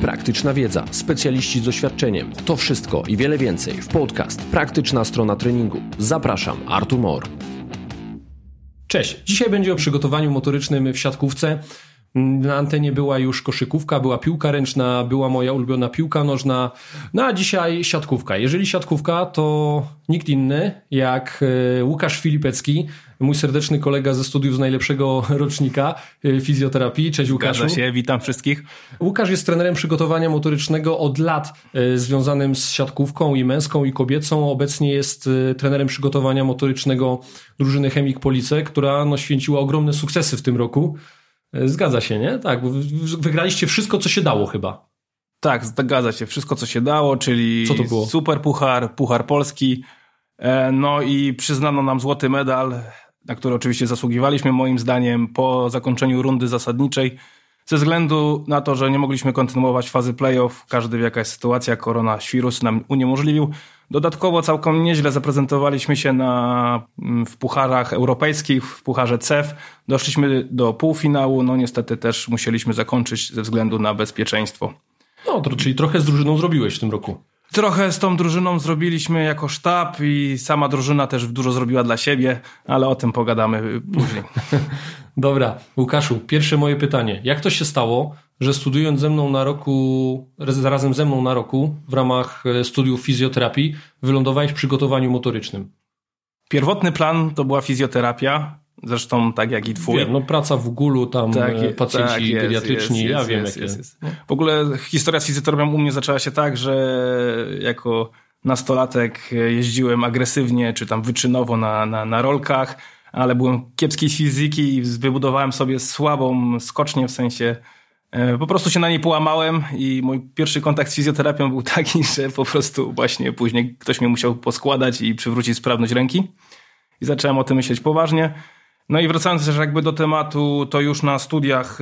praktyczna wiedza, specjaliści z doświadczeniem. To wszystko i wiele więcej w podcast Praktyczna Strona Treningu. Zapraszam, Artur Mor. Cześć, dzisiaj będzie o przygotowaniu motorycznym w siatkówce. Na antenie była już koszykówka, była piłka ręczna, była moja ulubiona piłka nożna, no a dzisiaj siatkówka. Jeżeli siatkówka, to nikt inny jak Łukasz Filipecki, mój serdeczny kolega ze studiów z najlepszego rocznika fizjoterapii. Cześć Łukaszu. Zgadza się, witam wszystkich. Łukasz jest trenerem przygotowania motorycznego od lat związanym z siatkówką i męską i kobiecą. Obecnie jest trenerem przygotowania motorycznego drużyny Chemik Police, która święciła ogromne sukcesy w tym roku. Zgadza się, nie? Tak, bo wygraliście wszystko, co się dało chyba. Tak, zgadza się. Wszystko, co się dało, czyli co to było? Super Puchar, Puchar Polski. No i przyznano nam złoty medal, na który oczywiście zasługiwaliśmy moim zdaniem po zakończeniu rundy zasadniczej. Ze względu na to, że nie mogliśmy kontynuować fazy play-off, każdy wie jaka jest sytuacja, koronawirus nam uniemożliwił. Dodatkowo całkiem nieźle zaprezentowaliśmy się w pucharach europejskich, w pucharze CEF. Doszliśmy do półfinału, no niestety też musieliśmy zakończyć ze względu na bezpieczeństwo. No, czyli trochę z drużyną zrobiłeś w tym roku. Trochę z tą drużyną zrobiliśmy jako sztab i sama drużyna też dużo zrobiła dla siebie, ale o tym pogadamy później. Dobra, Łukaszu, pierwsze moje pytanie. Jak to się stało, że studiując razem ze mną na roku w ramach studiów fizjoterapii wylądowałeś w przygotowaniu motorycznym? Pierwotny plan to była fizjoterapia, zresztą tak jak i twój. Wiem, no praca w GUL-u, tam pacjenci pediatryczni, ja wiem jak jest. W ogóle historia z fizjoterapią u mnie zaczęła się tak, że jako nastolatek jeździłem agresywnie, czy tam wyczynowo na rolkach, ale byłem kiepski z fizyki i wybudowałem sobie słabą skocznię, w sensie po prostu się na niej połamałem i mój pierwszy kontakt z fizjoterapią był taki, że po prostu właśnie później ktoś mnie musiał poskładać i przywrócić sprawność ręki i zacząłem o tym myśleć poważnie. No i wracając też jakby do tematu, to już na studiach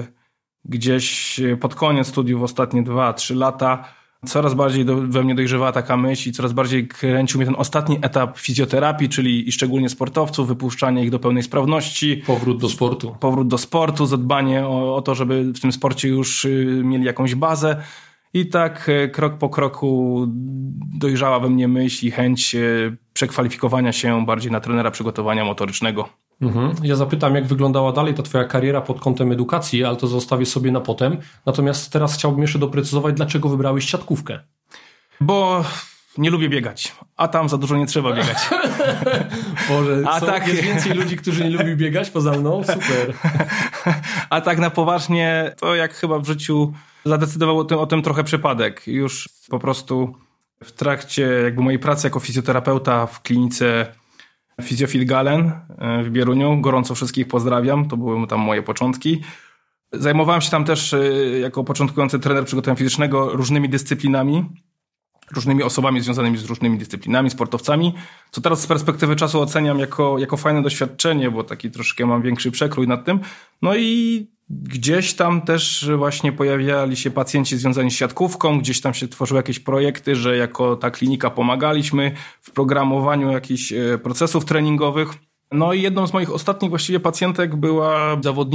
gdzieś pod koniec studiów, ostatnie 2-3 lata, coraz bardziej we mnie dojrzewała taka myśl i coraz bardziej kręcił mnie ten ostatni etap fizjoterapii, czyli i szczególnie sportowców, wypuszczanie ich do pełnej sprawności. Powrót do sportu, zadbanie o to, żeby w tym sporcie już mieli jakąś bazę. I tak krok po kroku dojrzała we mnie myśl i chęć przekwalifikowania się bardziej na trenera przygotowania motorycznego. Ja zapytam, jak wyglądała dalej ta twoja kariera pod kątem edukacji, ale to zostawię sobie na potem. Natomiast teraz chciałbym jeszcze doprecyzować, dlaczego wybrałeś siatkówkę. Bo nie lubię biegać, a tam za dużo nie trzeba biegać. Boże, jest więcej ludzi, którzy nie lubią biegać poza mną? Super. A tak na poważnie, to jak chyba w życiu zadecydował o tym trochę przypadek. Już po prostu w trakcie jakby mojej pracy jako fizjoterapeuta w klinice Fizjofit Galen w Bieruniu. Gorąco wszystkich pozdrawiam, to były tam moje początki. Zajmowałem się tam też jako początkujący trener przygotowania fizycznego różnymi dyscyplinami, różnymi osobami związanymi z różnymi dyscyplinami, sportowcami, co teraz z perspektywy czasu oceniam jako fajne doświadczenie, bo taki troszkę mam większy przekrój nad tym. No i gdzieś tam też właśnie pojawiali się pacjenci związani z siatkówką, gdzieś tam się tworzyły jakieś projekty, że jako ta klinika pomagaliśmy w programowaniu jakichś procesów treningowych. No i jedną z moich ostatnich właściwie pacjentek była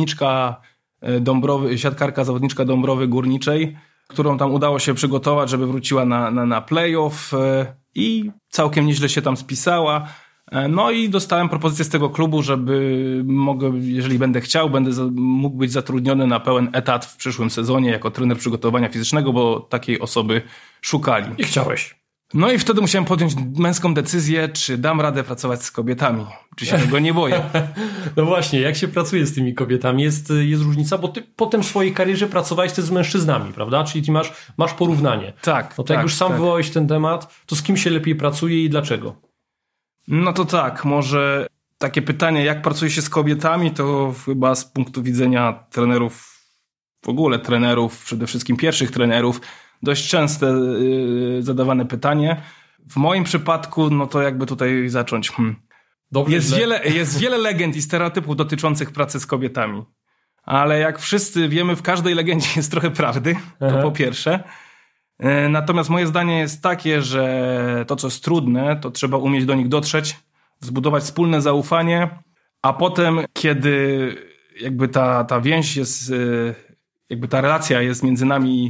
siatkarka zawodniczka Dąbrowy Górniczej, którą tam udało się przygotować, żeby wróciła na play-off i całkiem nieźle się tam spisała. No i dostałem propozycję z tego klubu, żeby jeżeli będę chciał, mógł być zatrudniony na pełen etat w przyszłym sezonie jako trener przygotowania fizycznego, bo takiej osoby szukali. I chciałeś. No i wtedy musiałem podjąć męską decyzję, czy dam radę pracować z kobietami, czy się tego nie boję. No właśnie, jak się pracuje z tymi kobietami? Jest różnica, bo ty potem w swojej karierze pracowałeś też z mężczyznami, prawda? Czyli ty masz porównanie. Tak. No to jak już sam wywołałeś ten temat, to z kim się lepiej pracuje i dlaczego? No to tak, może takie pytanie, jak pracuje się z kobietami, to chyba z punktu widzenia trenerów, w ogóle trenerów, przede wszystkim pierwszych trenerów, dość częste zadawane pytanie. W moim przypadku, no to jakby tutaj zacząć. Jest wiele legend i stereotypów dotyczących pracy z kobietami. Ale jak wszyscy wiemy, w każdej legendzie jest trochę prawdy, to po pierwsze. Natomiast moje zdanie jest takie, że to, co jest trudne, to trzeba umieć do nich dotrzeć, zbudować wspólne zaufanie, a potem, kiedy jakby ta więź jest, jakby ta relacja jest między nami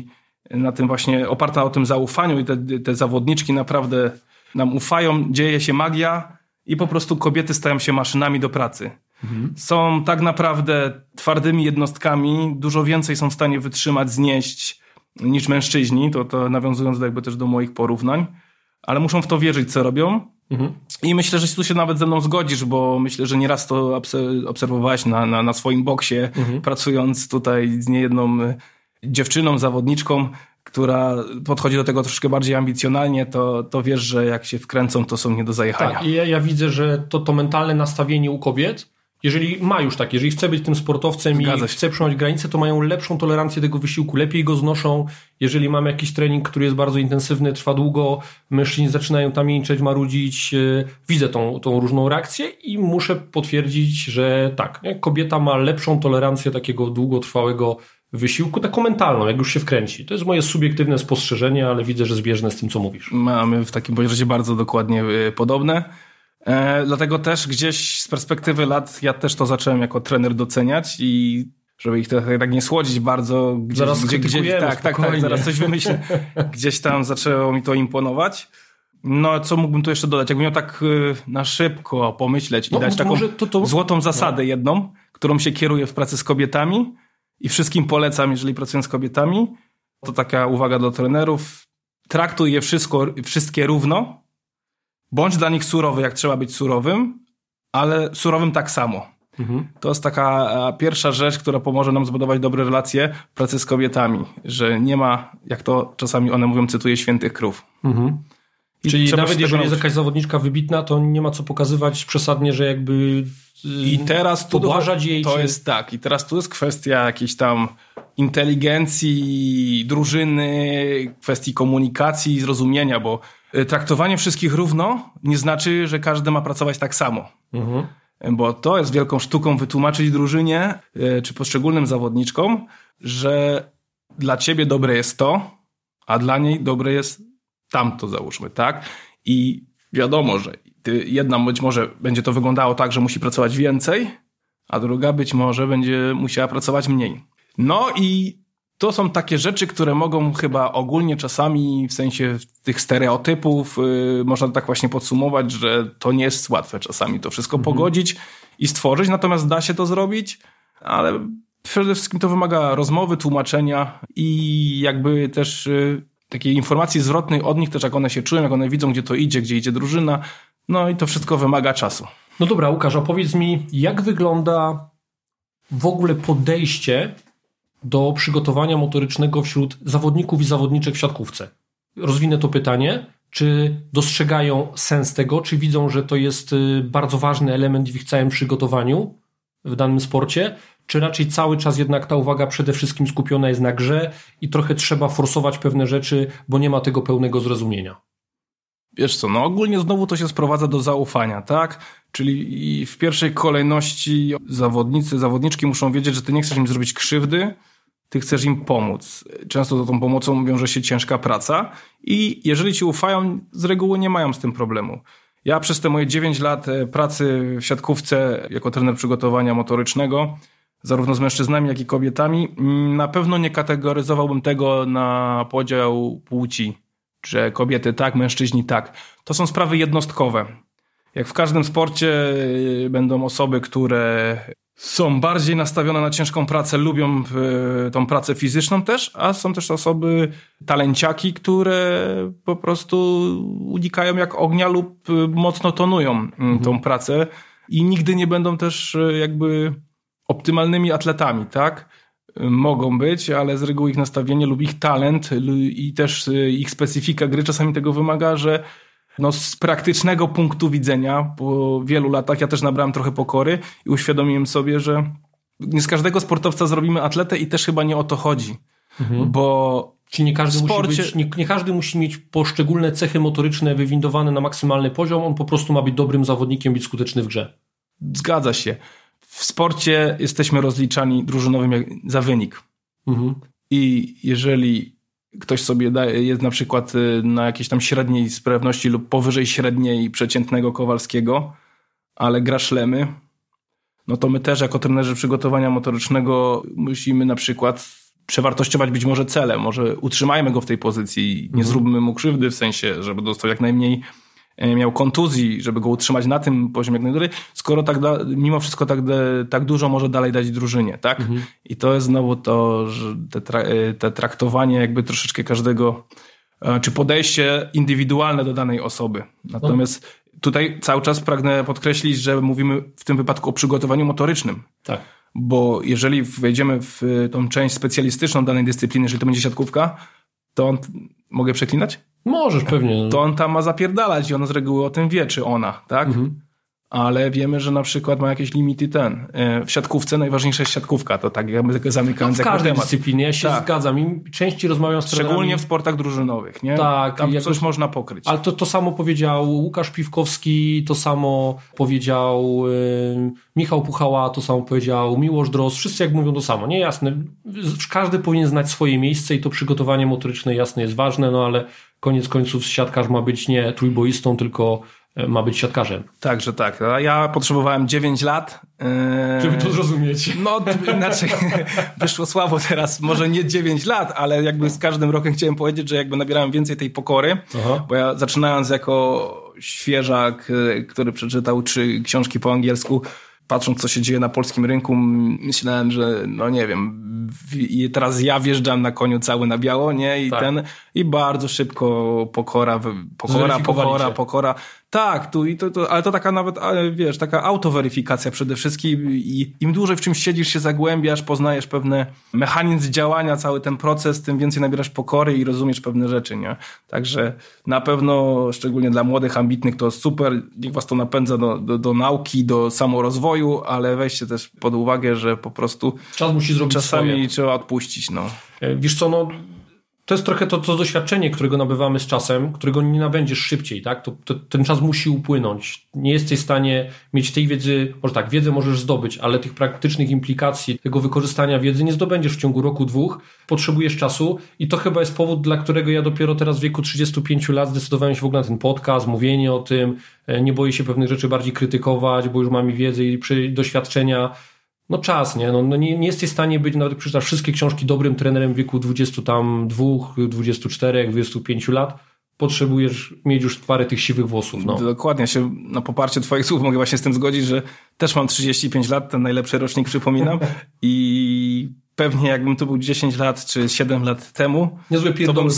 na tym właśnie oparta o tym zaufaniu i te zawodniczki naprawdę nam ufają, dzieje się magia i po prostu kobiety stają się maszynami do pracy. Są tak naprawdę twardymi jednostkami, dużo więcej są w stanie wytrzymać, znieść niż mężczyźni, to nawiązując jakby też do moich porównań, ale muszą w to wierzyć, co robią. I myślę, że tu się nawet ze mną zgodzisz, bo myślę, że nieraz to obserwowałeś na swoim boksie, pracując tutaj z niejedną dziewczyną, zawodniczką, która podchodzi do tego troszkę bardziej ambicjonalnie, to wiesz, że jak się wkręcą, to są nie do zajechania. Tak, i ja widzę, że to mentalne nastawienie u kobiet, jeżeli ma już tak, jeżeli chce być tym sportowcem i chce przełamać granice, to mają lepszą tolerancję tego wysiłku, lepiej go znoszą. Jeżeli mamy jakiś trening, który jest bardzo intensywny, trwa długo, mężczyźni zaczynają tam jęczeć, marudzić, widzę tą różną reakcję i muszę potwierdzić, że tak, kobieta ma lepszą tolerancję takiego długotrwałego wysiłku, taką mentalną, jak już się wkręci. To jest moje subiektywne spostrzeżenie, ale widzę, że zbieżne z tym, co mówisz. Mamy w takim razie bardzo dokładnie podobne. Dlatego też gdzieś z perspektywy lat ja też to zacząłem jako trener doceniać i żeby ich tak nie słodzić bardzo. Zaraz tak, zaraz coś wymyślę. Gdzieś tam zaczęło mi to imponować. No, co mógłbym tu jeszcze dodać? Jakbym miał tak na szybko pomyśleć i dać taką złotą zasadę jedną, którą się kieruję w pracy z kobietami i wszystkim polecam, jeżeli pracuję z kobietami, to taka uwaga do trenerów. Traktuj je wszystkie równo. Bądź dla nich surowy, jak trzeba być surowym, ale surowym tak samo. To jest taka pierwsza rzecz, która pomoże nam zbudować dobre relacje w pracy z kobietami, że nie ma, jak to czasami one mówią, cytuję, świętych krów. Czyli nawet jeżeli jest jakaś zawodniczka wybitna, to nie ma co pokazywać przesadnie, że jakby i teraz pobłażać jej. To jest tak. I teraz tu jest kwestia jakiejś tam inteligencji, drużyny, kwestii komunikacji i zrozumienia, bo traktowanie wszystkich równo nie znaczy, że każdy ma pracować tak samo. Bo to jest wielką sztuką wytłumaczyć drużynie czy poszczególnym zawodniczkom, że dla ciebie dobre jest to, a dla niej dobre jest tamto, załóżmy, tak? I wiadomo, że jedna być może będzie to wyglądało tak, że musi pracować więcej, a druga być może będzie musiała pracować mniej. No i to są takie rzeczy, które mogą chyba ogólnie czasami w sensie tych stereotypów można tak właśnie podsumować, że to nie jest łatwe czasami to wszystko pogodzić i stworzyć, natomiast da się to zrobić, ale przede wszystkim to wymaga rozmowy, tłumaczenia i jakby też takiej informacji zwrotnej od nich też, jak one się czują, jak one widzą, gdzie to idzie, gdzie idzie drużyna. No i to wszystko wymaga czasu. No dobra, Łukasz, opowiedz mi, jak wygląda w ogóle podejście do przygotowania motorycznego wśród zawodników i zawodniczek w siatkówce? Rozwinę to pytanie. Czy dostrzegają sens tego? Czy widzą, że to jest bardzo ważny element w ich całym przygotowaniu w danym sporcie? Czy raczej cały czas jednak ta uwaga przede wszystkim skupiona jest na grze i trochę trzeba forsować pewne rzeczy, bo nie ma tego pełnego zrozumienia? Wiesz co, no ogólnie znowu to się sprowadza do zaufania, tak? Czyli w pierwszej kolejności zawodniczki muszą wiedzieć, że ty nie chcesz im zrobić krzywdy, ty chcesz im pomóc. Często za tą pomocą wiąże się ciężka praca i jeżeli ci ufają, z reguły nie mają z tym problemu. Ja przez te moje 9 lat pracy w siatkówce jako trener przygotowania motorycznego, zarówno z mężczyznami, jak i kobietami, na pewno nie kategoryzowałbym tego na podział płci, że kobiety tak, mężczyźni tak. To są sprawy jednostkowe. Jak w każdym sporcie będą osoby, które są bardziej nastawione na ciężką pracę, lubią tą pracę fizyczną też, a są też osoby, talenciaki, które po prostu unikają jak ognia lub mocno tonują tą pracę i nigdy nie będą też jakby optymalnymi atletami, tak? Mogą być, ale z reguły ich nastawienie lub ich talent i też ich specyfika gry czasami tego wymaga, że no z praktycznego punktu widzenia po wielu latach ja też nabrałem trochę pokory i uświadomiłem sobie, że nie z każdego sportowca zrobimy atletę i też chyba nie o to chodzi. Bo czyli nie każdy musi mieć poszczególne cechy motoryczne wywindowane na maksymalny poziom, on po prostu ma być dobrym zawodnikiem, być skuteczny w grze. Zgadza się. W sporcie jesteśmy rozliczani drużynowym za wynik. I jeżeli ktoś sobie jest na przykład na jakiejś tam średniej sprawności lub powyżej średniej przeciętnego Kowalskiego, ale gra szlemy, no to my też jako trenerzy przygotowania motorycznego musimy na przykład przewartościować być może cele, może utrzymajmy go w tej pozycji, nie zróbmy mu krzywdy, w sensie, żeby dostał jak najmniej, miał kontuzji, żeby go utrzymać na tym poziomie jak najdłużej, skoro mimo wszystko tak dużo może dalej dać drużynie, tak? I to jest znowu to, że te traktowanie jakby troszeczkę każdego, czy podejście indywidualne do danej osoby. Natomiast tutaj cały czas pragnę podkreślić, że mówimy w tym wypadku o przygotowaniu motorycznym. Tak. Bo jeżeli wejdziemy w tą część specjalistyczną danej dyscypliny, jeżeli to będzie siatkówka, to on... Mogę przeklinać? Możesz, pewnie. To on tam ma zapierdalać i on z reguły o tym wie, czy ona, tak? Ale wiemy, że na przykład ma jakieś limity w siatkówce najważniejsza jest siatkówka, to tak jakby zamykając w każdej temat. dyscyplinie, ja się zgadzam. Im częściej rozmawiam z trenerami. Szczególnie w sportach drużynowych, nie? Tak. Tam coś można pokryć. Ale to samo powiedział Łukasz Piwkowski, to samo powiedział Michał Puchała, to samo powiedział Miłosz Drozd. Wszyscy jak mówią to samo, nie? Jasne. Każdy powinien znać swoje miejsce i to przygotowanie motoryczne jasne jest ważne, no ale koniec końców siatkarz ma być nie trójboistą, tylko ma być siatkarzem. Także tak. Ja potrzebowałem 9 lat. Żeby to zrozumieć. No inaczej wyszło słabo teraz. Może nie 9 lat, ale jakby z każdym rokiem chciałem powiedzieć, że jakby nabierałem więcej tej pokory. Bo ja zaczynając jako świeżak, który przeczytał 3 książki po angielsku, patrząc co się dzieje na polskim rynku, myślałem, że no nie wiem, i teraz ja wjeżdżam na koniu cały na biało, nie? I bardzo szybko pokora. Tak, ale to taka nawet, wiesz, taka autoweryfikacja przede wszystkim i im dłużej w czymś siedzisz, się zagłębiasz, poznajesz pewne mechanizm działania, cały ten proces, tym więcej nabierasz pokory i rozumiesz pewne rzeczy, nie? Także na pewno, szczególnie dla młodych, ambitnych, to jest super, niech was to napędza do nauki, do samorozwoju, ale weźcie też pod uwagę, że po prostu czas musi zrobić czasami swoje. Trzeba odpuścić, no. Wiesz co, to jest trochę to doświadczenie, którego nabywamy z czasem, którego nie nabędziesz szybciej, tak? Ten czas musi upłynąć. Nie jesteś w stanie mieć tej wiedzy, może tak, wiedzę możesz zdobyć, ale tych praktycznych implikacji, tego wykorzystania wiedzy nie zdobędziesz w ciągu roku, 2. Potrzebujesz czasu i to chyba jest powód, dla którego ja dopiero teraz w wieku 35 lat zdecydowałem się w ogóle na ten podcast, mówienie o tym, nie boję się pewnych rzeczy bardziej krytykować, bo już mam wiedzę i doświadczenia. No czas, nie? No nie jesteś w stanie być, nawet jak przeczytasz wszystkie książki, dobrym trenerem w wieku 22, 24, 25 lat. Potrzebujesz mieć już parę tych siwych włosów. No. Dokładnie, się na poparcie twoich słów mogę właśnie z tym zgodzić, że też mam 35 lat, ten najlepszy rocznik przypominam i pewnie jakbym tu był 10 lat czy 7 lat temu, niezłe to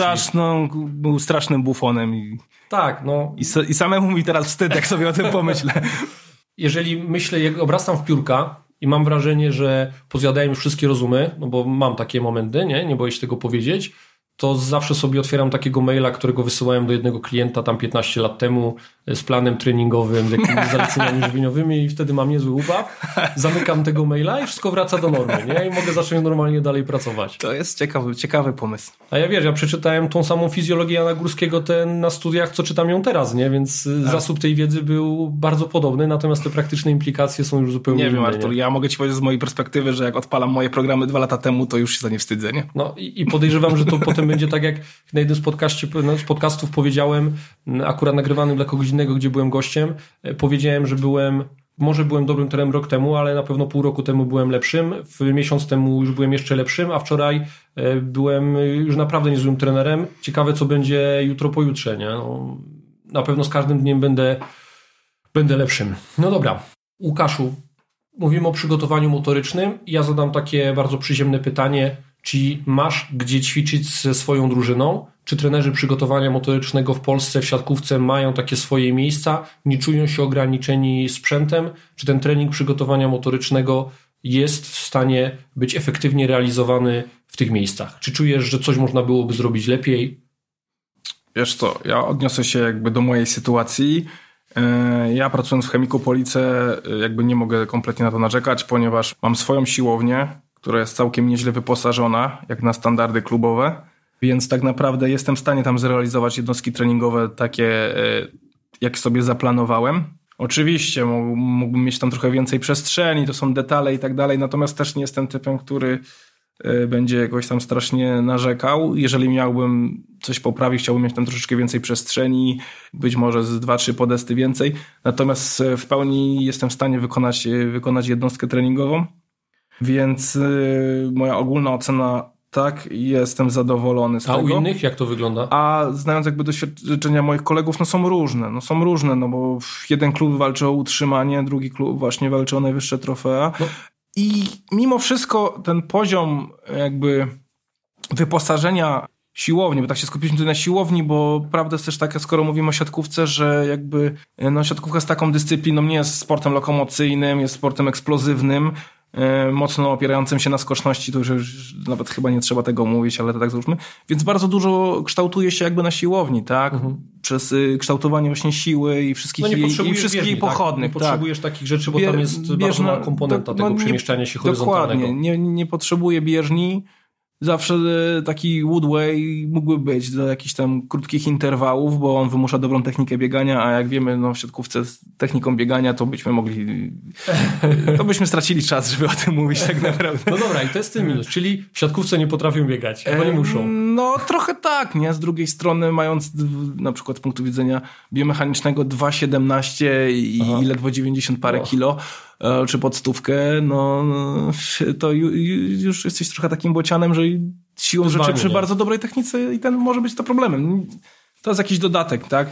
był strasznym bufonem. Tak, no. I samemu mi teraz wstyd, jak sobie o tym pomyślę. Jeżeli myślę, jak obracam w piórka i mam wrażenie, że pozjadałem już wszystkie rozumy, no bo mam takie momenty, nie boję się tego powiedzieć, to zawsze sobie otwieram takiego maila, którego wysyłałem do jednego klienta tam 15 lat temu z planem treningowym, z jakimiś zaleceniami żywieniowymi i wtedy mam niezły ubaw. Zamykam tego maila i wszystko wraca do normy, nie? I mogę zacząć normalnie dalej pracować. To jest ciekawy pomysł. A ja przeczytałem tą samą fizjologię Jana Górskiego na studiach, co czytam ją teraz, nie? Więc zasób tej wiedzy był bardzo podobny, natomiast te praktyczne implikacje są już zupełnie inne. Nie wiem, Artur, ja mogę ci powiedzieć z mojej perspektywy, że jak odpalam moje programy 2 lata temu, to już się za nie wstydzę, nie? No i podejrzewam, że to potem będzie tak, jak na jednym z podcastów powiedziałem, akurat nagrywanym dla kogoś innego, gdzie byłem gościem, powiedziałem, że może byłem dobrym trenerem rok temu, ale na pewno pół roku temu byłem lepszym, miesiąc temu już byłem jeszcze lepszym, a wczoraj byłem już naprawdę niezłym trenerem. Ciekawe, co będzie jutro, pojutrze, nie? No, na pewno z każdym dniem będę lepszym. No dobra. Łukaszu, mówimy o przygotowaniu motorycznym i ja zadam takie bardzo przyziemne pytanie, czy masz gdzie ćwiczyć ze swoją drużyną? Czy trenerzy przygotowania motorycznego w Polsce w siatkówce mają takie swoje miejsca? Nie czują się ograniczeni sprzętem? Czy ten trening przygotowania motorycznego jest w stanie być efektywnie realizowany w tych miejscach? Czy czujesz, że coś można byłoby zrobić lepiej? Wiesz co, ja odniosę się jakby do mojej sytuacji. Ja pracując w Chemiku Police jakby nie mogę kompletnie na to narzekać, ponieważ mam swoją siłownię, która jest całkiem nieźle wyposażona, jak na standardy klubowe, więc tak naprawdę jestem w stanie tam zrealizować jednostki treningowe takie, jak sobie zaplanowałem. Oczywiście mógłbym mieć tam trochę więcej przestrzeni, to są detale i tak dalej, natomiast też nie jestem typem, który będzie jakoś tam strasznie narzekał. Jeżeli miałbym coś poprawić, chciałbym mieć tam troszeczkę więcej przestrzeni, być może z 2-3 podesty więcej, natomiast w pełni jestem w stanie wykonać jednostkę treningową. Więc moja ogólna ocena tak, jestem zadowolony z tego. A u innych jak to wygląda? A znając jakby doświadczenia moich kolegów, są różne, bo jeden klub walczy o utrzymanie, drugi klub właśnie walczy o najwyższe trofea. No. I mimo wszystko ten poziom jakby wyposażenia siłowni, bo tak się skupiliśmy tutaj na siłowni, bo prawda jest też taka, skoro mówimy o siatkówce, że jakby siatkówka z taką dyscypliną nie jest sportem lokomocyjnym, jest sportem eksplozywnym, mocno opierającym się na skoczności, to już nawet chyba nie trzeba tego mówić, ale to tak załóżmy. Więc bardzo dużo kształtuje się jakby na siłowni, tak? Przez kształtowanie właśnie siły i wszystkich jej pochodnych. Nie potrzebujesz takich rzeczy, bo tam jest bardzo mała komponenta tego przemieszczania się horyzontalnego. Dokładnie, nie potrzebuje bieżni. Zawsze taki Woodway mógłby być do jakichś tam krótkich interwałów, bo on wymusza dobrą technikę biegania, a jak wiemy, w siatkówce z techniką biegania to byśmy stracili czas, żeby o tym mówić tak naprawdę. No dobra, i to jest ten minus, czyli w siatkówce nie potrafią biegać, bo nie muszą. No trochę tak, nie? Z drugiej strony mając na przykład z punktu widzenia biomechanicznego 2,17 i ledwo 90 parę kilo, czy pod 100, to już jesteś trochę takim bocianem, że siłą rzeczy przy bardzo dobrej technice i ten może być to problemem. To jest jakiś dodatek, tak?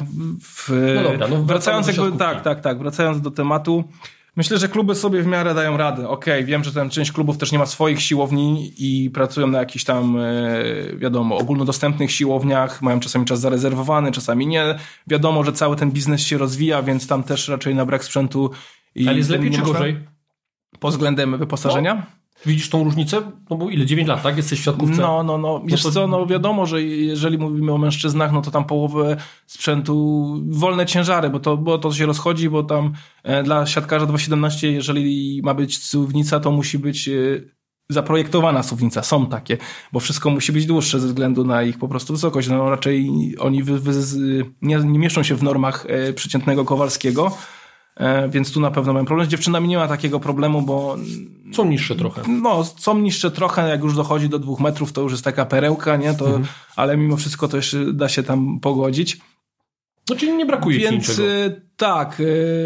Wracając do tematu, myślę, że kluby sobie w miarę dają radę. Okej, wiem, że część klubów też nie ma swoich siłowni i pracują na jakichś tam, ogólnodostępnych siłowniach, mają czasami czas zarezerwowany, czasami nie. Wiadomo, że cały ten biznes się rozwija, więc tam też raczej na brak sprzętu. Ale jest lepiej czy gorzej? Pod względem wyposażenia? Widzisz tą różnicę? No bo ile? 9 lat, tak? Jesteś w siatkówce? Wiesz co, wiadomo, że jeżeli mówimy o mężczyznach, to tam połowę sprzętu, wolne ciężary, bo to się rozchodzi, bo tam dla siatkarza 2,17, jeżeli ma być suwnica, to musi być zaprojektowana suwnica. Są takie, bo wszystko musi być dłuższe ze względu na ich po prostu wysokość. Raczej oni nie mieszczą się w normach przeciętnego Kowalskiego. Więc tu na pewno mam problem. Z dziewczynami nie ma takiego problemu, bo... Są niższe trochę. Są niższe trochę, jak już dochodzi do 2 metrów, to już jest taka perełka, nie? Ale mimo wszystko to jeszcze da się tam pogodzić. No czyli nie brakuje ci niczego. Tak,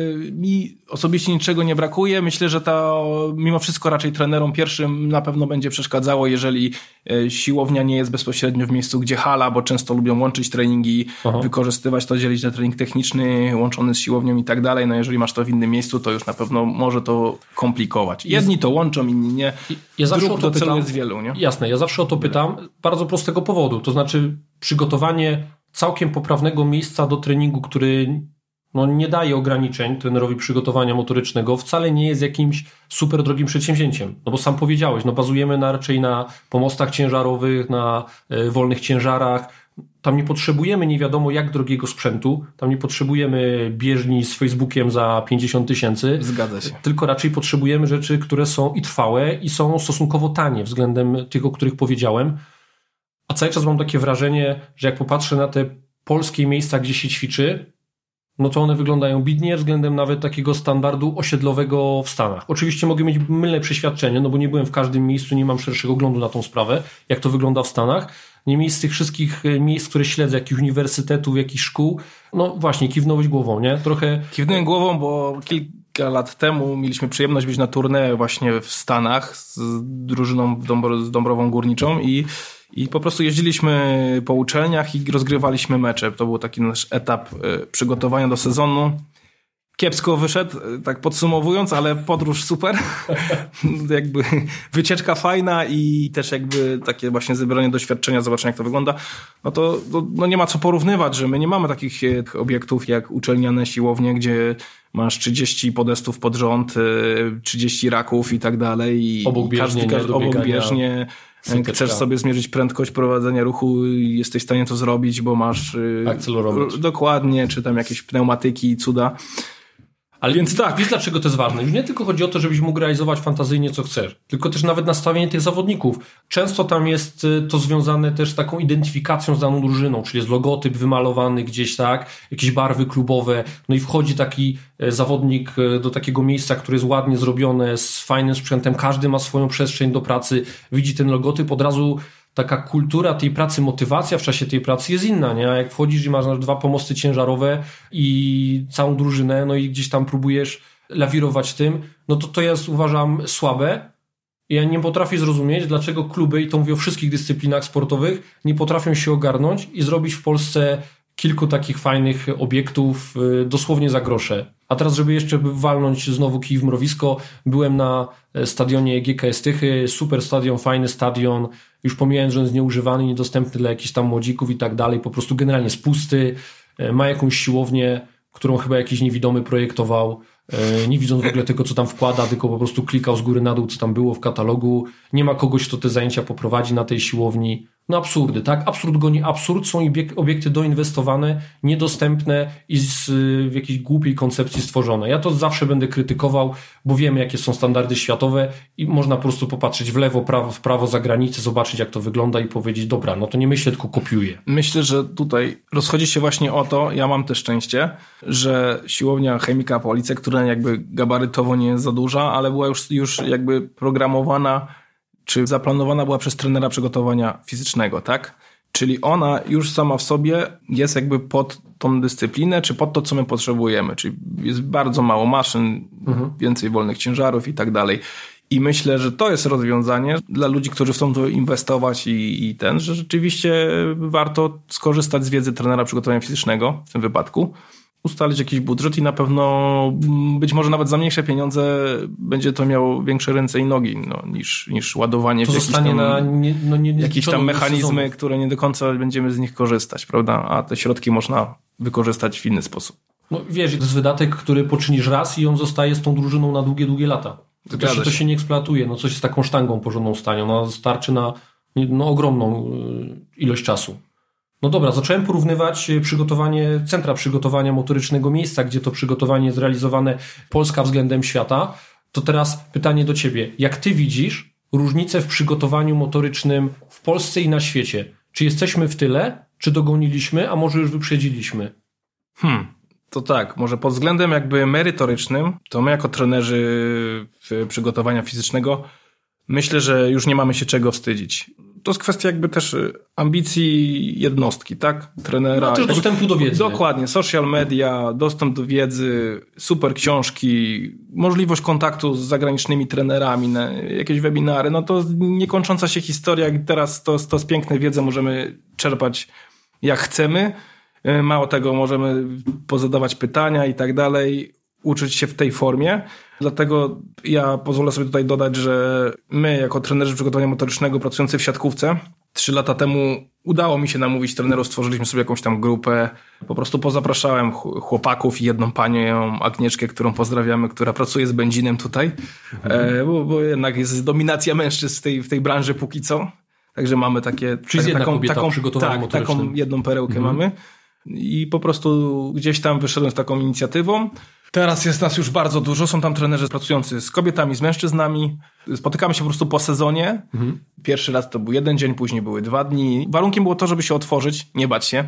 mi osobiście niczego nie brakuje. Myślę, że mimo wszystko raczej trenerom pierwszym na pewno będzie przeszkadzało, jeżeli siłownia nie jest bezpośrednio w miejscu, gdzie hala, bo często lubią łączyć treningi, wykorzystywać to, dzielić na trening techniczny, łączony z siłownią i tak dalej. Jeżeli masz to w innym miejscu, to już na pewno może to komplikować. Jedni to łączą, inni nie. Ja zawsze o to pytam, jest wielu, nie? Jasne, ja zawsze o to pytam bardzo prostego powodu. To znaczy przygotowanie całkiem poprawnego miejsca do treningu, który nie daje ograniczeń trenerowi przygotowania motorycznego, wcale nie jest jakimś super drogim przedsięwzięciem. Bo sam powiedziałeś, bazujemy raczej na pomostach ciężarowych, na wolnych ciężarach. Tam nie potrzebujemy nie wiadomo jak drogiego sprzętu, tam nie potrzebujemy bieżni z Facebookiem za 50 000. Zgadza się. Tylko raczej potrzebujemy rzeczy, które są i trwałe i są stosunkowo tanie względem tych, o których powiedziałem. A cały czas mam takie wrażenie, że jak popatrzę na te polskie miejsca, gdzie się ćwiczy, to one wyglądają bidnie względem nawet takiego standardu osiedlowego w Stanach. Oczywiście mogę mieć mylne przeświadczenie, bo nie byłem w każdym miejscu, nie mam szerszego oglądu na tą sprawę, jak to wygląda w Stanach. Niemniej z tych wszystkich miejsc, które śledzę, jakichś uniwersytetów, jakichś szkół, właśnie kiwnąłeś głową, nie? Kiwnąłem głową, bo kilka lat temu mieliśmy przyjemność być na tournée właśnie w Stanach z drużyną z Dąbrową Górniczą i po prostu jeździliśmy po uczelniach i rozgrywaliśmy mecze. To był taki nasz etap przygotowania do sezonu. Kiepsko wyszedł, tak podsumowując, ale podróż super. Jakby wycieczka fajna i też jakby takie właśnie zebranie doświadczenia, zobaczenie jak to wygląda. To nie ma co porównywać, że my nie mamy takich obiektów jak uczelniane siłownie, gdzie masz 30 podestów pod rząd, 30 raków i tak dalej. Obok bieżnie. Chcesz sobie zmierzyć prędkość prowadzenia ruchu i jesteś w stanie to zrobić, bo masz akcelerometr. Dokładnie, czy tam jakieś pneumatyki i cuda. Ale więc tak, wiesz dlaczego to jest ważne? Już nie tylko chodzi o to, żebyś mógł realizować fantazyjnie co chcesz, tylko też nawet nastawienie tych zawodników. Często tam jest to związane też z taką identyfikacją z daną drużyną, czyli jest logotyp wymalowany gdzieś, tak, jakieś barwy klubowe, i wchodzi taki zawodnik do takiego miejsca, które jest ładnie zrobione, z fajnym sprzętem, każdy ma swoją przestrzeń do pracy, widzi ten logotyp, od razu taka kultura tej pracy, motywacja w czasie tej pracy jest inna, nie? A jak wchodzisz i masz 2 pomosty ciężarowe i całą drużynę, i gdzieś tam próbujesz lawirować tym, to jest, uważam, słabe. Ja nie potrafię zrozumieć, dlaczego kluby, i to mówię o wszystkich dyscyplinach sportowych, nie potrafią się ogarnąć i zrobić w Polsce kilku takich fajnych obiektów dosłownie za grosze. A teraz, żeby jeszcze walnąć znowu kij w mrowisko, byłem na stadionie GKS Tychy, super stadion, fajny stadion, już pomijając, że on jest nieużywany, niedostępny dla jakichś tam młodzików i tak dalej, po prostu generalnie jest pusty, ma jakąś siłownię, którą chyba jakiś niewidomy projektował, nie widząc w ogóle tego, co tam wkłada, tylko po prostu klikał z góry na dół, co tam było w katalogu. Nie ma kogoś, kto te zajęcia poprowadzi na tej siłowni. No absurdy, tak? Absurd goni absurd. Są obiekty doinwestowane, niedostępne i w jakiejś głupiej koncepcji stworzone. Ja to zawsze będę krytykował, bo wiemy, jakie są standardy światowe i można po prostu popatrzeć w lewo, prawo, w prawo, za granicę, zobaczyć, jak to wygląda i powiedzieć, dobra, no to nie myślę, tylko kopiuję. Myślę, że tutaj rozchodzi się właśnie o to, ja mam też szczęście, że siłownia Chemika Police, która jakby gabarytowo nie jest za duża, ale była już jakby programowana, czy zaplanowana była przez trenera przygotowania fizycznego, tak? Czyli ona już sama w sobie jest jakby pod tą dyscyplinę, czy pod to, co my potrzebujemy. Czyli jest bardzo mało maszyn, więcej wolnych ciężarów i tak dalej. I myślę, że to jest rozwiązanie dla ludzi, którzy chcą tu inwestować że rzeczywiście warto skorzystać z wiedzy trenera przygotowania fizycznego w tym wypadku, ustalić jakiś budżet i na pewno być może nawet za mniejsze pieniądze będzie to miało większe ręce i nogi niż ładowanie w jakieś tam mechanizmy, które nie do końca będziemy z nich korzystać, prawda? A te środki można wykorzystać w inny sposób. No wiesz, to jest wydatek, który poczynisz raz i on zostaje z tą drużyną na długie, długie lata. To się nie eksploatuje. No coś z taką sztangą porządną stanie. No starczy na ogromną ilość czasu. No dobra, zacząłem porównywać centra przygotowania motorycznego miejsca, gdzie to przygotowanie jest realizowane Polska względem świata. To teraz pytanie do ciebie. Jak ty widzisz różnicę w przygotowaniu motorycznym w Polsce i na świecie? Czy jesteśmy w tyle? Czy dogoniliśmy? A może już wyprzedziliśmy? To tak, może pod względem jakby merytorycznym, to my jako trenerzy przygotowania fizycznego myślę, że już nie mamy się czego wstydzić. To jest kwestia jakby też ambicji jednostki, tak? Trenera. No też dostępu do wiedzy. Dokładnie. Social media, dostęp do wiedzy, super książki, możliwość kontaktu z zagranicznymi trenerami, jakieś webinary. No to niekończąca się historia. Teraz to z pięknej wiedzy możemy czerpać jak chcemy. Mało tego, możemy pozadawać pytania i tak dalej, uczyć się w tej formie. Dlatego ja pozwolę sobie tutaj dodać, że my jako trenerzy przygotowania motorycznego pracujący w siatkówce 3 lata temu udało mi się namówić trenerów, stworzyliśmy sobie jakąś tam grupę. Po prostu pozapraszałem chłopaków i jedną panią Agnieszkę, którą pozdrawiamy, która pracuje z benzinem tutaj, bo jednak jest dominacja mężczyzn w tej branży póki co. Także mamy takie... Czyli taką jedną perełkę mamy. I po prostu gdzieś tam wyszedłem z taką inicjatywą. Teraz jest nas już bardzo dużo. Są tam trenerzy pracujący z kobietami, z mężczyznami. Spotykamy się po prostu po sezonie. Pierwszy raz to był 1 dzień, później były 2 dni. Warunkiem było to, żeby się otworzyć, nie bać się.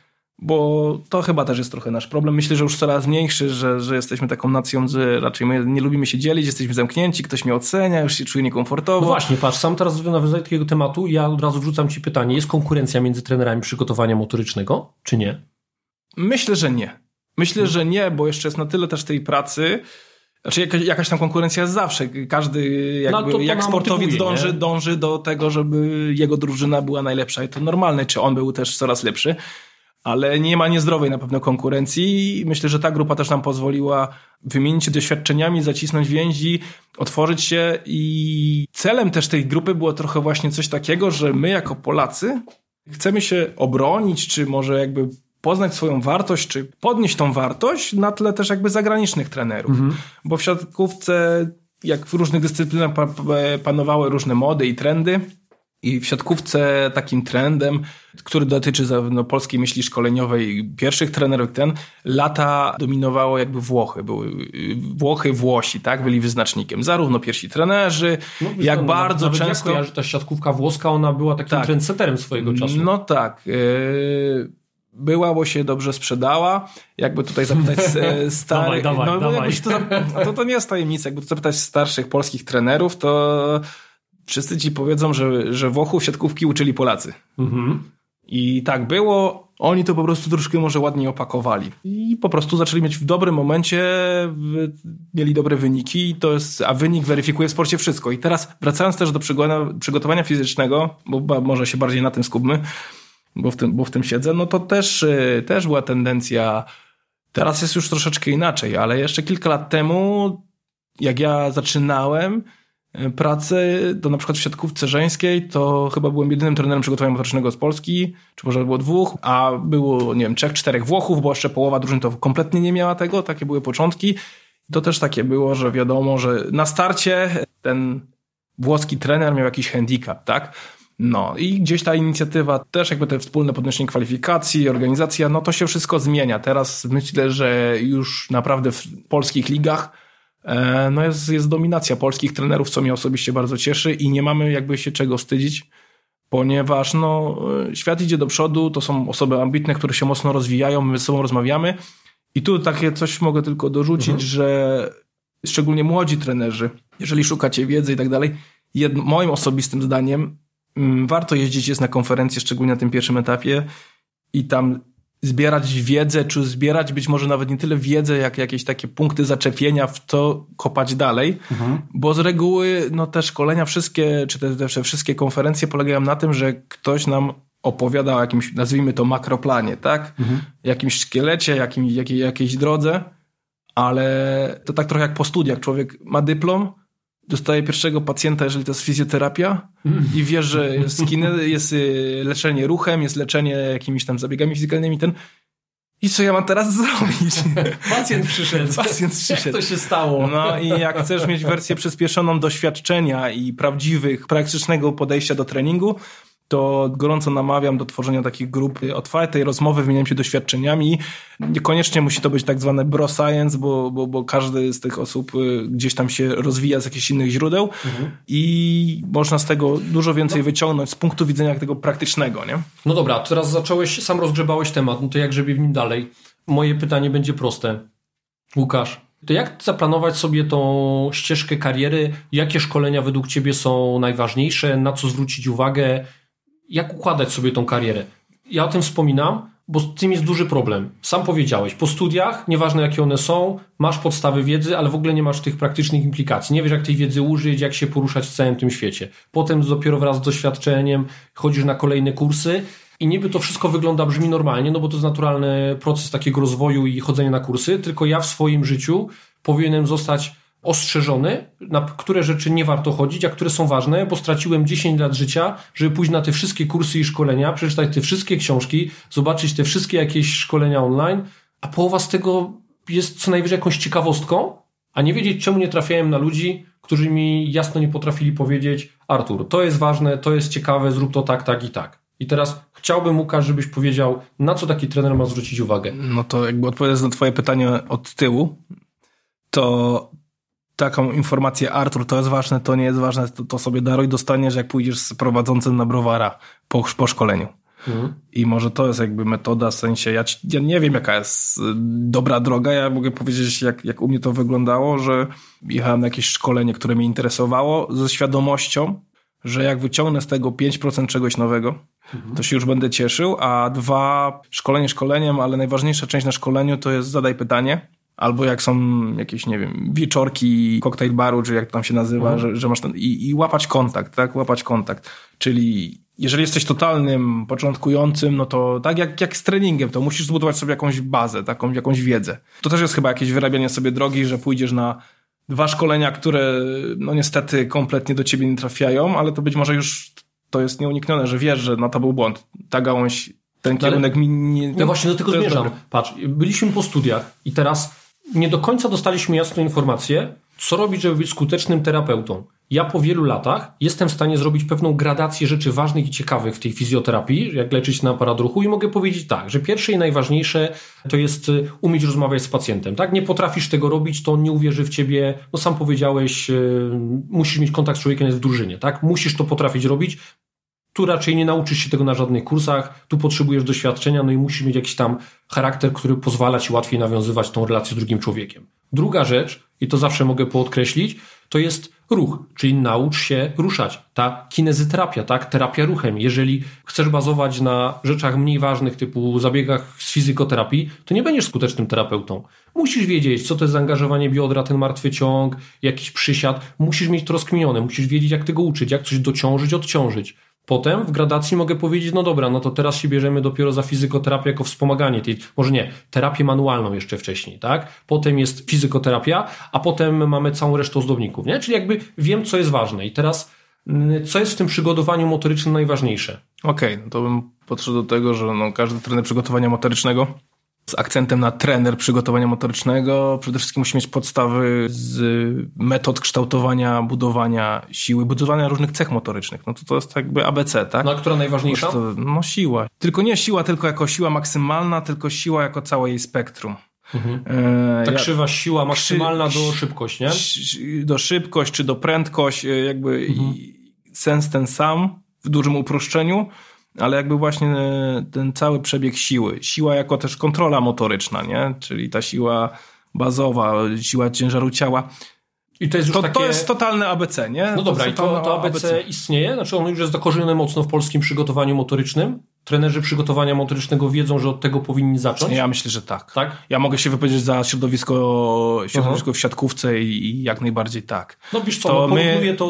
Bo to chyba też jest trochę nasz problem. Myślę, że już coraz mniejszy, że jesteśmy taką nacją, że raczej my nie lubimy się dzielić, jesteśmy zamknięci, ktoś mnie ocenia, już się czuję niekomfortowo. No właśnie, patrz, sam teraz nawiązuję do takiego tematu i ja od razu wrzucam ci pytanie. Jest konkurencja między trenerami przygotowania motorycznego, czy nie? Myślę, że nie. Myślę, że nie, bo jeszcze jest na tyle też tej pracy. Znaczy jakaś tam konkurencja jest zawsze. Każdy jak sportowiec dąży do tego, żeby jego drużyna była najlepsza i to normalne, czy on był też coraz lepszy. Ale nie ma niezdrowej na pewno konkurencji i myślę, że ta grupa też nam pozwoliła wymienić się doświadczeniami, zacisnąć więzi, otworzyć się i celem też tej grupy było trochę właśnie coś takiego, że my jako Polacy chcemy się obronić, czy może jakby poznać swoją wartość, czy podnieść tą wartość na tle też jakby zagranicznych trenerów. Bo w siatkówce, jak w różnych dyscyplinach panowały różne mody i trendy, i w siatkówce takim trendem, który dotyczy zarówno polskiej myśli szkoleniowej, pierwszych trenerów, lata dominowało jakby Włochy. Były Włosi, tak, byli wyznacznikiem. Zarówno pierwsi trenerzy, jak bardzo często... Ja, że ta siatkówka włoska, ona była takim trendseterem swojego czasu. No tak. Była, bo się dobrze sprzedała. Jakby tutaj zapytać starych... Dawaj. To nie jest tajemnica. Jakby tu zapytać starszych polskich trenerów, to... Wszyscy ci powiedzą, że Włochów siatkówki uczyli Polacy. I tak było, oni to po prostu troszkę może ładniej opakowali. I po prostu zaczęli mieć w dobrym momencie, mieli dobre wyniki, a wynik weryfikuje w sporcie wszystko. I teraz wracając też do przygotowania fizycznego, bo może się bardziej na tym skupmy, bo w tym siedzę, no to też była tendencja, teraz jest już troszeczkę inaczej, ale jeszcze kilka lat temu, jak ja zaczynałem pracę, to na przykład w siatkówce żeńskiej, to chyba byłem jedynym trenerem przygotowania motorycznego z Polski, czy może było 2, a było, 3-4 Włochów, bo jeszcze połowa drużyn to kompletnie nie miała tego, takie były początki. To też takie było, że wiadomo, że na starcie ten włoski trener miał jakiś handicap, tak? No i gdzieś ta inicjatywa, też jakby te wspólne podnoszenie kwalifikacji, organizacja, no to się wszystko zmienia. Teraz myślę, że już naprawdę w polskich ligach no jest dominacja polskich trenerów, co mnie osobiście bardzo cieszy i nie mamy jakby się czego wstydzić, ponieważ świat idzie do przodu, to są osoby ambitne, które się mocno rozwijają, my ze sobą rozmawiamy i tu takie coś mogę tylko dorzucić, że szczególnie młodzi trenerzy, jeżeli szukacie wiedzy i tak dalej, moim osobistym zdaniem warto jeździć jest na konferencje, szczególnie na tym pierwszym etapie i tam zbierać wiedzę, czy zbierać być może nawet nie tyle wiedzę, jak jakieś takie punkty zaczepienia, w to kopać dalej, bo z reguły te szkolenia wszystkie, czy te wszystkie konferencje polegają na tym, że ktoś nam opowiada o jakimś, nazwijmy to makroplanie, tak? Jakimś szkielecie, jakiejś drodze, ale to tak trochę jak po studiach. Człowiek ma dostaje pierwszego pacjenta, jeżeli to jest fizjoterapia i wie, że jest leczenie ruchem, jest leczenie jakimiś tam zabiegami fizykalnymi, i co ja mam teraz zrobić? Pacjent przyszedł. Jak to się stało? No i jak chcesz mieć wersję przyspieszoną doświadczenia i praktycznego podejścia do treningu, to gorąco namawiam do tworzenia takich grup otwartej rozmowy, wymieniania się doświadczeniami. Niekoniecznie musi to być tak zwane bro science, bo każdy z tych osób gdzieś tam się rozwija z jakichś innych źródeł i można z tego dużo więcej wyciągnąć z punktu widzenia tego praktycznego, nie? No dobra, teraz sam rozgrzebałeś temat, no to jak żeby w nim dalej? Moje pytanie będzie proste. Łukasz, to jak zaplanować sobie tą ścieżkę kariery? Jakie szkolenia według Ciebie są najważniejsze? Na co zwrócić uwagę? Jak układać sobie tą karierę? Ja o tym wspominam, bo z tym jest duży problem. Sam powiedziałeś, po studiach, nieważne jakie one są, masz podstawy wiedzy, ale w ogóle nie masz tych praktycznych implikacji. Nie wiesz, jak tej wiedzy użyć, jak się poruszać w całym tym świecie. Potem dopiero wraz z doświadczeniem chodzisz na kolejne kursy i niby to wszystko brzmi normalnie, no bo to jest naturalny proces takiego rozwoju i chodzenia na kursy, tylko ja w swoim życiu powinienem zostać ostrzeżony, na które rzeczy nie warto chodzić, a które są ważne, bo straciłem 10 lat życia, żeby pójść na te wszystkie kursy i szkolenia, przeczytać te wszystkie książki, zobaczyć te wszystkie jakieś szkolenia online, a połowa z tego jest co najwyżej jakąś ciekawostką, a nie wiedzieć, czemu nie trafiałem na ludzi, którzy mi jasno nie potrafili powiedzieć: Artur, to jest ważne, to jest ciekawe, zrób to tak, tak i tak. I teraz chciałbym, Łukasz, żebyś powiedział, na co taki trener ma zwrócić uwagę. No to jakby odpowiadając na twoje pytanie od tyłu, to taką informację: Artur, to jest ważne, to nie jest ważne, to sobie daruj, dostaniesz, jak pójdziesz z prowadzącym na browara po szkoleniu. I może to jest jakby metoda, w sensie ja nie wiem, jaka jest dobra droga. Ja mogę powiedzieć, jak u mnie to wyglądało, że jechałem na jakieś szkolenie, które mnie interesowało, ze świadomością, że jak wyciągnę z tego 5% czegoś nowego, to się już będę cieszył, a 2, szkolenie szkoleniem, ale najważniejsza część na szkoleniu to jest zadaj pytanie. Albo jak są jakieś, nie wiem, wieczorki, koktajl baru, czy jak to tam się nazywa, że masz ten i łapać kontakt, tak? Łapać kontakt. Czyli jeżeli jesteś totalnym początkującym, no to tak jak z treningiem, to musisz zbudować sobie jakąś bazę, jakąś wiedzę. To też jest chyba jakieś wyrabianie sobie drogi, że pójdziesz na 2 szkolenia, które no niestety kompletnie do ciebie nie trafiają, ale to być może już to jest nieuniknione, że wiesz, że no to był błąd. Ta gałąź, ten kierunek mi nie... Ja właśnie do tego zmierzam. Patrz, byliśmy po studiach i teraz nie do końca dostaliśmy jasną informację, co robić, żeby być skutecznym terapeutą. Ja po wielu latach jestem w stanie zrobić pewną gradację rzeczy ważnych i ciekawych w tej fizjoterapii, jak leczyć na aparat ruchu, i mogę powiedzieć tak, że pierwsze i najważniejsze to jest umieć rozmawiać z pacjentem. Tak? Nie potrafisz tego robić, to on nie uwierzy w ciebie. No sam powiedziałeś, musisz mieć kontakt z człowiekiem, jest w drużynie. Tak? Musisz to potrafić robić. Tu raczej nie nauczysz się tego na żadnych kursach, tu potrzebujesz doświadczenia, no i musisz mieć jakiś tam charakter, który pozwala ci łatwiej nawiązywać tą relację z drugim człowiekiem. Druga rzecz, i to zawsze mogę podkreślić, to jest ruch, czyli naucz się ruszać. Ta kinezyterapia, tak? Terapia ruchem. Jeżeli chcesz bazować na rzeczach mniej ważnych, typu zabiegach z fizykoterapii, to nie będziesz skutecznym terapeutą. Musisz wiedzieć, co to jest zaangażowanie biodra, ten martwy ciąg, jakiś przysiad. Musisz mieć to rozkminione, musisz wiedzieć, jak tego uczyć, jak coś dociążyć, odciążyć. Potem w gradacji mogę powiedzieć, no dobra, no to teraz się bierzemy dopiero za fizykoterapię jako wspomaganie tej, może nie, terapię manualną jeszcze wcześniej, tak? Potem jest fizykoterapia, a potem mamy całą resztę ozdobników, nie? Czyli jakby wiem, co jest ważne. I teraz, co jest w tym przygotowaniu motorycznym najważniejsze? Okej, no to bym podszedł do tego, że każdy trener przygotowania motorycznego z akcentem na trener przygotowania motorycznego przede wszystkim musi mieć podstawy z metod kształtowania, budowania siły, budowania różnych cech motorycznych. No to jest jakby ABC, tak? No a która najważniejsza? No siła. Tylko nie siła tylko jako siła maksymalna, tylko siła jako całe jej spektrum. Mhm. Ta krzywa siła maksymalna do szybkość, nie? Do szybkość czy do prędkość, jakby sens ten sam w dużym uproszczeniu, ale jakby właśnie ten cały przebieg siły. Siła jako też kontrola motoryczna, nie? Czyli ta siła bazowa, siła ciężaru ciała. I to jest już to jest totalne ABC, nie? No dobra, i to ABC istnieje? Znaczy ono już jest zakorzenione mocno w polskim przygotowaniu motorycznym? Trenerzy przygotowania motorycznego wiedzą, że od tego powinni zacząć? Ja myślę, że tak. Tak? Ja mogę się wypowiedzieć za środowisko w siatkówce i jak najbardziej tak. No wiesz co, mówię to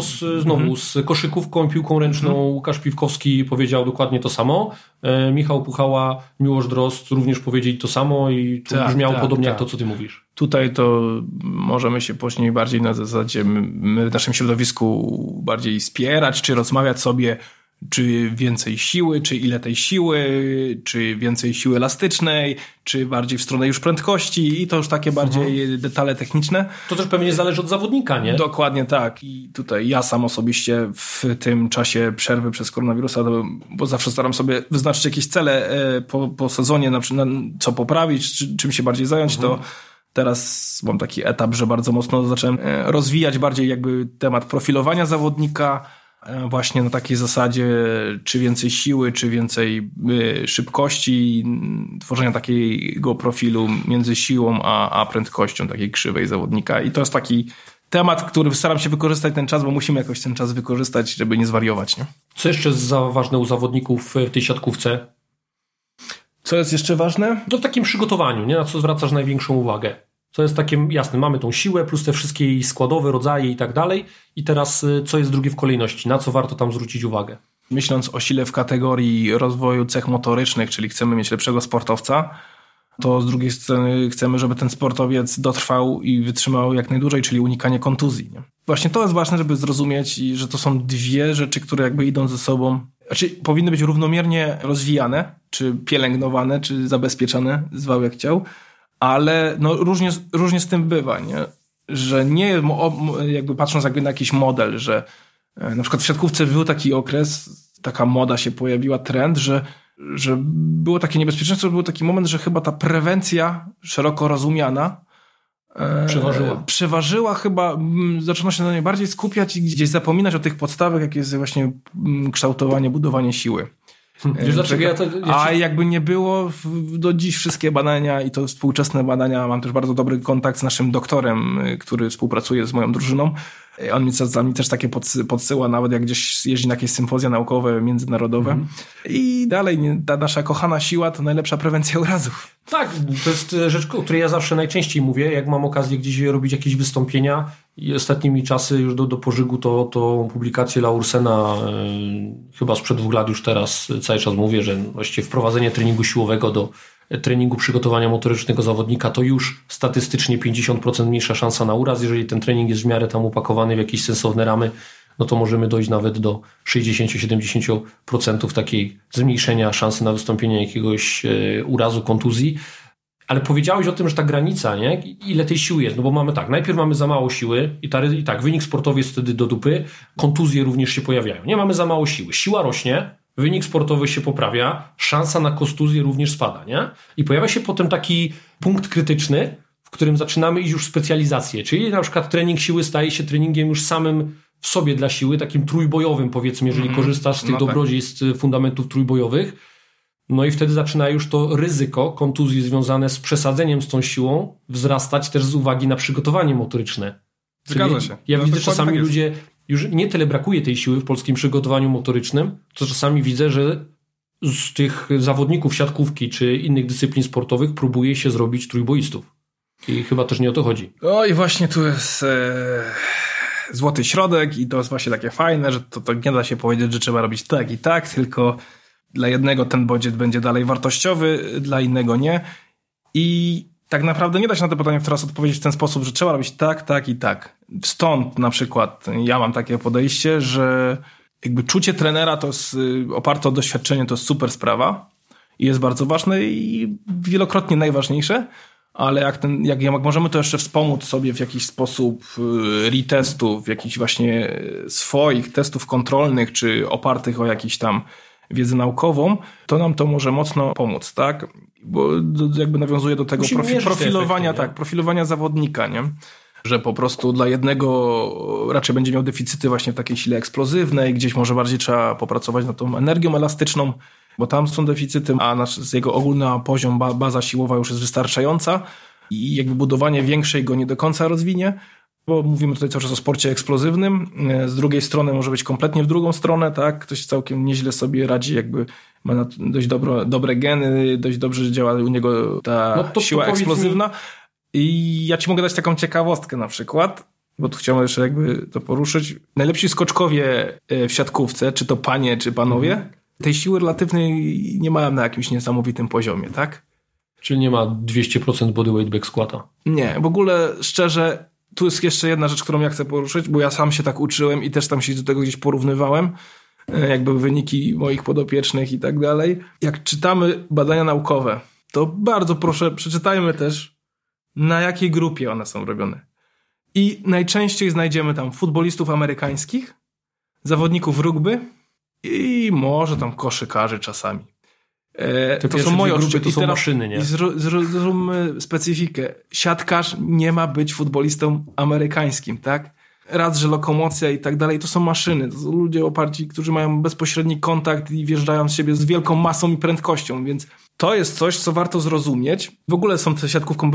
z koszykówką i piłką ręczną. Łukasz Piwkowski powiedział dokładnie to samo. Michał Puchała, Miłosz Drozd również powiedzieli to samo i to brzmiało podobnie jak to, co ty mówisz. Tutaj to możemy się później bardziej na zasadzie my w naszym środowisku bardziej spierać, czy rozmawiać sobie, czy więcej siły, czy ile tej siły, czy więcej siły elastycznej, czy bardziej w stronę już prędkości i to już takie bardziej detale techniczne. To też pewnie zależy od zawodnika, nie? Dokładnie tak. I tutaj ja sam osobiście w tym czasie przerwy przez koronawirusa, bo zawsze staram sobie wyznaczyć jakieś cele po sezonie, na przykład co poprawić, czym się bardziej zająć, to teraz mam taki etap, że bardzo mocno zacząłem rozwijać bardziej jakby temat profilowania zawodnika, właśnie na takiej zasadzie, czy więcej siły, czy więcej szybkości, tworzenia takiego profilu między siłą a prędkością takiej krzywej zawodnika. I to jest taki temat, który staram się wykorzystać ten czas, bo musimy jakoś ten czas wykorzystać, żeby nie zwariować. Nie? Co jeszcze jest ważne u zawodników w tej siatkówce? Co jest jeszcze ważne? To w takim przygotowaniu, nie? Na co zwracasz największą uwagę? Co jest takie, jasne, mamy tą siłę plus te wszystkie jej składowe, rodzaje i tak dalej. I teraz co jest drugie w kolejności? Na co warto tam zwrócić uwagę? Myśląc o sile w kategorii rozwoju cech motorycznych, czyli chcemy mieć lepszego sportowca, to z drugiej strony chcemy, żeby ten sportowiec dotrwał i wytrzymał jak najdłużej, czyli unikanie kontuzji. Nie? Właśnie to jest ważne, żeby zrozumieć, że to są dwie rzeczy, które jakby idą ze sobą. Znaczy powinny być równomiernie rozwijane, czy pielęgnowane, czy zabezpieczane, zwał jak chciał. Ale no różnie z tym bywa, nie? Że nie jakby patrząc jakby na jakiś model, że na przykład w siatkówce był taki okres, taka moda się pojawiła, trend, że było takie niebezpieczeństwo, był taki moment, że chyba ta prewencja szeroko rozumiana przeważyła chyba, zaczęto się na niej bardziej skupiać i gdzieś zapominać o tych podstawach, jak jest właśnie kształtowanie, budowanie siły. Wiesz, dlaczego A jakby nie było, do dziś wszystkie badania i to współczesne badania, mam też bardzo dobry kontakt z naszym doktorem, który współpracuje z moją drużyną. On mi też takie podsyła, nawet jak gdzieś jeździ na jakieś sympozja naukowe, międzynarodowe. I dalej, ta nasza kochana siła to najlepsza prewencja urazów. Tak, to jest rzecz, o której ja zawsze najczęściej mówię, jak mam okazję gdzieś robić jakieś wystąpienia i ostatnimi czasy już do pożygu to publikację Laursena chyba sprzed 2 lat już teraz cały czas mówię, że właściwie wprowadzenie treningu siłowego do treningu przygotowania motorycznego zawodnika to już statystycznie 50% mniejsza szansa na uraz. Jeżeli ten trening jest w miarę tam upakowany w jakieś sensowne ramy, no to możemy dojść nawet do 60-70% takiej zmniejszenia szansy na wystąpienie jakiegoś urazu, kontuzji. Ale powiedziałeś o tym, że ta granica, nie? Ile tej siły jest? No bo mamy tak, najpierw mamy za mało siły i tak, wynik sportowy jest wtedy do dupy, kontuzje również się pojawiają. Nie mamy za mało siły. Siła rośnie, wynik sportowy się poprawia, szansa na kontuzję również spada, nie? I pojawia się potem taki punkt krytyczny, w którym zaczynamy iść już w specjalizację, czyli na przykład trening siły staje się treningiem już samym w sobie dla siły, takim trójbojowym powiedzmy, jeżeli korzystasz z tych dobrodziejstw fundamentów trójbojowych. No i wtedy zaczyna już to ryzyko kontuzji związane z przesadzeniem z tą siłą wzrastać też z uwagi na przygotowanie motoryczne. Zgadza się. Ja widzę, że czasami ludzie, już nie tyle brakuje tej siły w polskim przygotowaniu motorycznym, to czasami widzę, że z tych zawodników siatkówki czy innych dyscyplin sportowych próbuje się zrobić trójboistów. I chyba też nie o to chodzi. No i właśnie tu jest złoty środek i to jest właśnie takie fajne, że to nie da się powiedzieć, że trzeba robić tak i tak, tylko dla jednego ten budżet będzie dalej wartościowy, dla innego nie. I tak naprawdę nie da się na to pytanie teraz odpowiedzieć w ten sposób, że trzeba robić tak, tak i tak. Stąd na przykład ja mam takie podejście, że jakby czucie trenera to jest oparte o doświadczenie, to jest super sprawa i jest bardzo ważne i wielokrotnie najważniejsze, ale jak możemy to jeszcze wspomóc sobie w jakiś sposób retestów, jakichś właśnie swoich testów kontrolnych, czy opartych o jakiś tam wiedzę naukową, to nam to może mocno pomóc, tak? Bo jakby nawiązuje do tego profilowania, efekty, profilowania zawodnika, nie? Że po prostu dla jednego raczej będzie miał deficyty właśnie w takiej sile eksplozywnej, gdzieś może bardziej trzeba popracować nad tą energią elastyczną, bo tam są deficyty, a jego ogólny poziom, baza siłowa już jest wystarczająca i jakby budowanie większej go nie do końca rozwinie, bo mówimy tutaj cały czas o sporcie eksplozywnym. Z drugiej strony może być kompletnie w drugą stronę, tak? Ktoś całkiem nieźle sobie radzi, jakby ma dość dobre geny, dość dobrze działa u niego ta siła eksplozywna. I ja ci mogę dać taką ciekawostkę na przykład, bo tu chciałem jeszcze jakby to poruszyć. Najlepsi skoczkowie w siatkówce, czy to panie, czy panowie, tej siły relatywnej nie mają na jakimś niesamowitym poziomie, tak? Czyli nie ma 200% bodyweight back squata. Nie, w ogóle szczerze, tu jest jeszcze jedna rzecz, którą ja chcę poruszyć, bo ja sam się tak uczyłem i też tam się do tego gdzieś porównywałem, jakby wyniki moich podopiecznych i tak dalej. Jak czytamy badania naukowe, to bardzo proszę, przeczytajmy też, na jakiej grupie one są robione. I najczęściej znajdziemy tam futbolistów amerykańskich, zawodników rugby i może tam koszykarzy czasami. To są moje odczucia, to są maszyny, nie? Zrozummy specyfikę. Siatkarz nie ma być futbolistą amerykańskim, tak? Raz, że lokomocja i tak dalej, to są maszyny. To są ludzie oparci, którzy mają bezpośredni kontakt i wjeżdżają z siebie z wielką masą i prędkością, więc to jest coś, co warto zrozumieć. W ogóle są te siatkówką,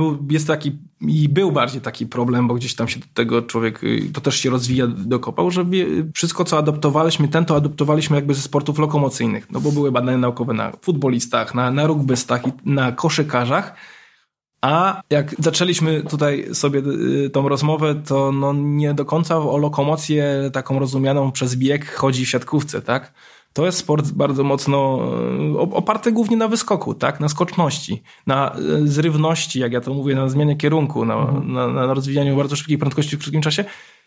był bardziej taki problem, bo gdzieś tam się do tego człowiek, to też się rozwija, dokopał, że wszystko, co adoptowaliśmy, to adoptowaliśmy jakby ze sportów lokomocyjnych, no bo były badania naukowe na futbolistach, na rugbystach i na koszykarzach. A jak zaczęliśmy tutaj sobie tą rozmowę, to no nie do końca o lokomocję taką rozumianą przez bieg chodzi w siatkówce, tak? To jest sport bardzo mocno oparty głównie na wyskoku, tak? Na skoczności, na zrywności, jak ja to mówię, na zmianie kierunku, na rozwijaniu bardzo szybkiej prędkości w krótkim czasie.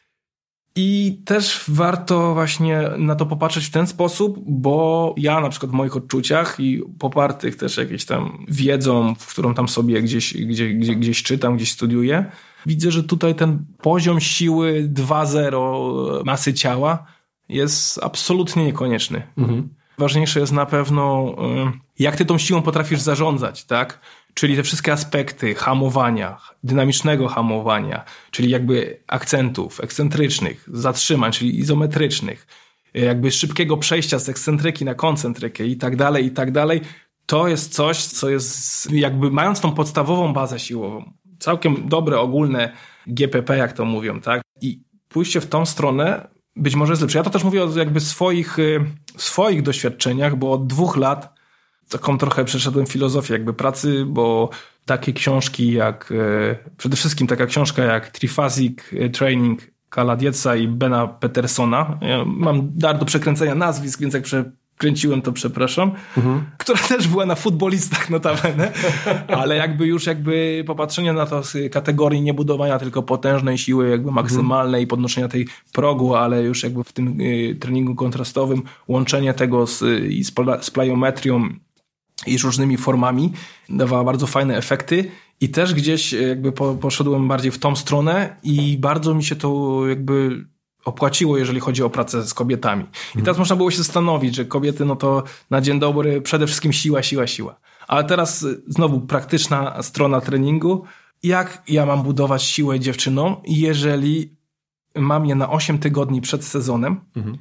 I też warto właśnie na to popatrzeć w ten sposób, bo ja na przykład w moich odczuciach i popartych też jakieś tam wiedzą, w którą tam sobie gdzieś czytam, gdzieś studiuję, widzę, że tutaj ten poziom siły 2.0 masy ciała jest absolutnie niekonieczny. Ważniejsze jest na pewno, jak ty tą siłą potrafisz zarządzać, tak? Czyli te wszystkie aspekty hamowania, dynamicznego hamowania, czyli jakby akcentów, ekscentrycznych, zatrzymań, czyli izometrycznych, jakby szybkiego przejścia z ekscentryki na koncentrykę i tak dalej, to jest coś, co jest jakby mając tą podstawową bazę siłową, całkiem dobre ogólne GPP, jak to mówią, tak? I pójście w tą stronę być może jest lepsze. Ja to też mówię o jakby swoich doświadczeniach, bo od 2 lat taką trochę przeszedłem filozofię jakby pracy, bo takie książki jak, przede wszystkim taka książka jak Triphasic Training Kala Dietza i Bena Petersona. Ja mam dar do przekręcenia nazwisk, więc jak przekręciłem, to przepraszam. Która też była na futbolistach notabene, ale jakby popatrzenie na to z kategorii nie budowania tylko potężnej siły jakby maksymalnej i podnoszenia tej progu, ale już jakby w tym treningu kontrastowym łączenie tego z plyometrią i różnymi formami dawała bardzo fajne efekty i też gdzieś jakby poszedłem bardziej w tą stronę i bardzo mi się to jakby opłaciło, jeżeli chodzi o pracę z kobietami. I teraz można było się zastanowić, że kobiety, no to na dzień dobry przede wszystkim siła. Ale teraz znowu praktyczna strona treningu. Jak ja mam budować siłę dziewczynom, jeżeli mam je na 8 tygodni przed sezonem.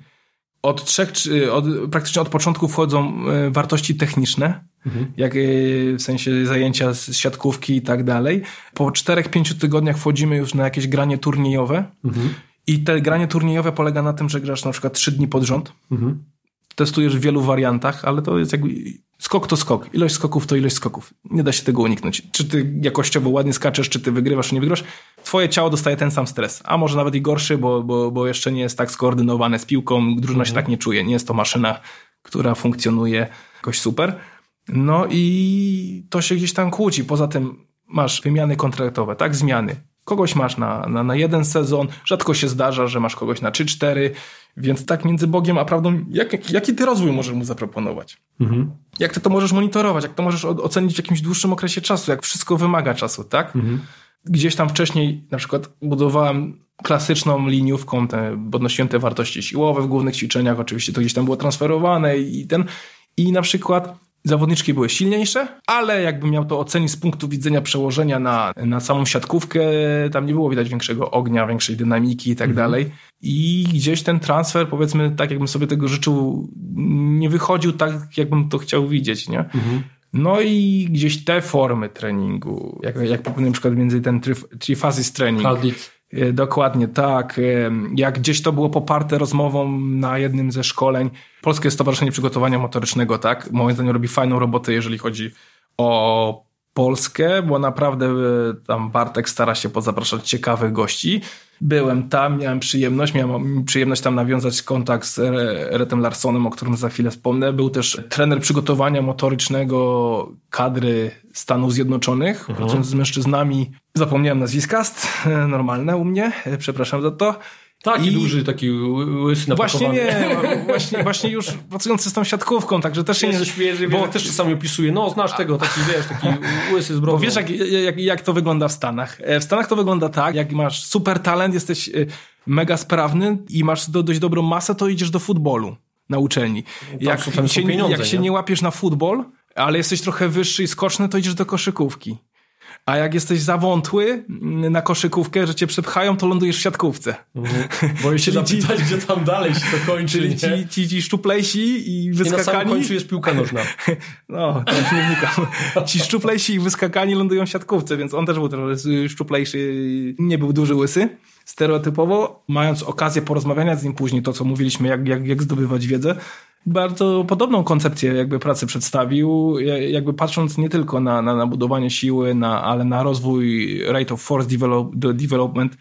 Praktycznie od początku wchodzą wartości techniczne, jak w sensie zajęcia z siatkówki i tak dalej. Po 4-5 tygodniach wchodzimy już na jakieś granie turniejowe i te granie turniejowe polega na tym, że grasz na przykład 3 dni pod rząd. Testujesz w wielu wariantach, ale to jest jakby skok to skok. Ilość skoków to ilość skoków. Nie da się tego uniknąć. Czy ty jakościowo ładnie skaczesz, czy ty wygrywasz, czy nie wygrywasz, twoje ciało dostaje ten sam stres. A może nawet i gorszy, bo jeszcze nie jest tak skoordynowane z piłką, drużyna się tak nie czuje. Nie jest to maszyna, która funkcjonuje jakoś super. No i to się gdzieś tam kłóci. Poza tym masz wymiany kontraktowe, tak? Zmiany. Kogoś masz na 1 sezon, rzadko się zdarza, że masz kogoś na 3-4, więc tak między Bogiem a prawdą, jaki ty rozwój możesz mu zaproponować? Jak ty to możesz monitorować, jak to możesz ocenić w jakimś dłuższym okresie czasu, jak wszystko wymaga czasu, tak? Gdzieś tam wcześniej na przykład budowałem klasyczną liniówką, podnosiłem te wartości siłowe w głównych ćwiczeniach, oczywiście to gdzieś tam było transferowane i na przykład zawodniczki były silniejsze, ale jakbym miał to ocenić z punktu widzenia przełożenia na samą siatkówkę, tam nie było widać większego ognia, większej dynamiki i tak dalej. I gdzieś ten transfer, powiedzmy, tak jakbym sobie tego życzył, nie wychodził tak, jakbym to chciał widzieć, nie? No i gdzieś te formy treningu, jak popłynął na przykład między ten trifasis training. Dokładnie tak. Jak gdzieś to było poparte rozmową na jednym ze szkoleń. Polskie Stowarzyszenie Przygotowania Motorycznego, tak, moim zdaniem robi fajną robotę, jeżeli chodzi o Polskę, bo naprawdę tam Bartek stara się pozapraszać ciekawych gości. Byłem tam, miałem przyjemność tam nawiązać kontakt z Retem Larsonem, o którym za chwilę wspomnę. Był też trener przygotowania motorycznego kadry Stanów Zjednoczonych, pracując z mężczyznami. Zapomniałem nazwiska, normalne u mnie, przepraszam za to. Taki duży, taki łysy napakowany. Właśnie już pracujący z tą siatkówką, także też się nie śmieję, bo też czasami opisuję, no znasz tego, taki łysy z brodą. Bo wiesz jak to wygląda w Stanach. W Stanach to wygląda tak, jak masz super talent, jesteś mega sprawny i masz dość dobrą masę, to idziesz do futbolu na uczelni. Jak się nie łapiesz na futbol, ale jesteś trochę wyższy i skoczny, to idziesz do koszykówki. A jak jesteś za wątły na koszykówkę, że cię przepchają, to lądujesz w siatkówce. Boję się zapytać, gdzie tam dalej się to kończy. Czyli ci szczuplejsi i wyskakani... I na samym końcu jest piłka nożna. No, to już nie wnikam. Ci szczuplejsi i wyskakani lądują w siatkówce, więc on też był trochę szczuplejszy, nie był duży łysy. Stereotypowo, mając okazję porozmawiania z nim później, to co mówiliśmy, jak zdobywać wiedzę, bardzo podobną koncepcję jakby pracy przedstawił, jakby patrząc nie tylko na budowanie siły, ale na rozwój rate of force development,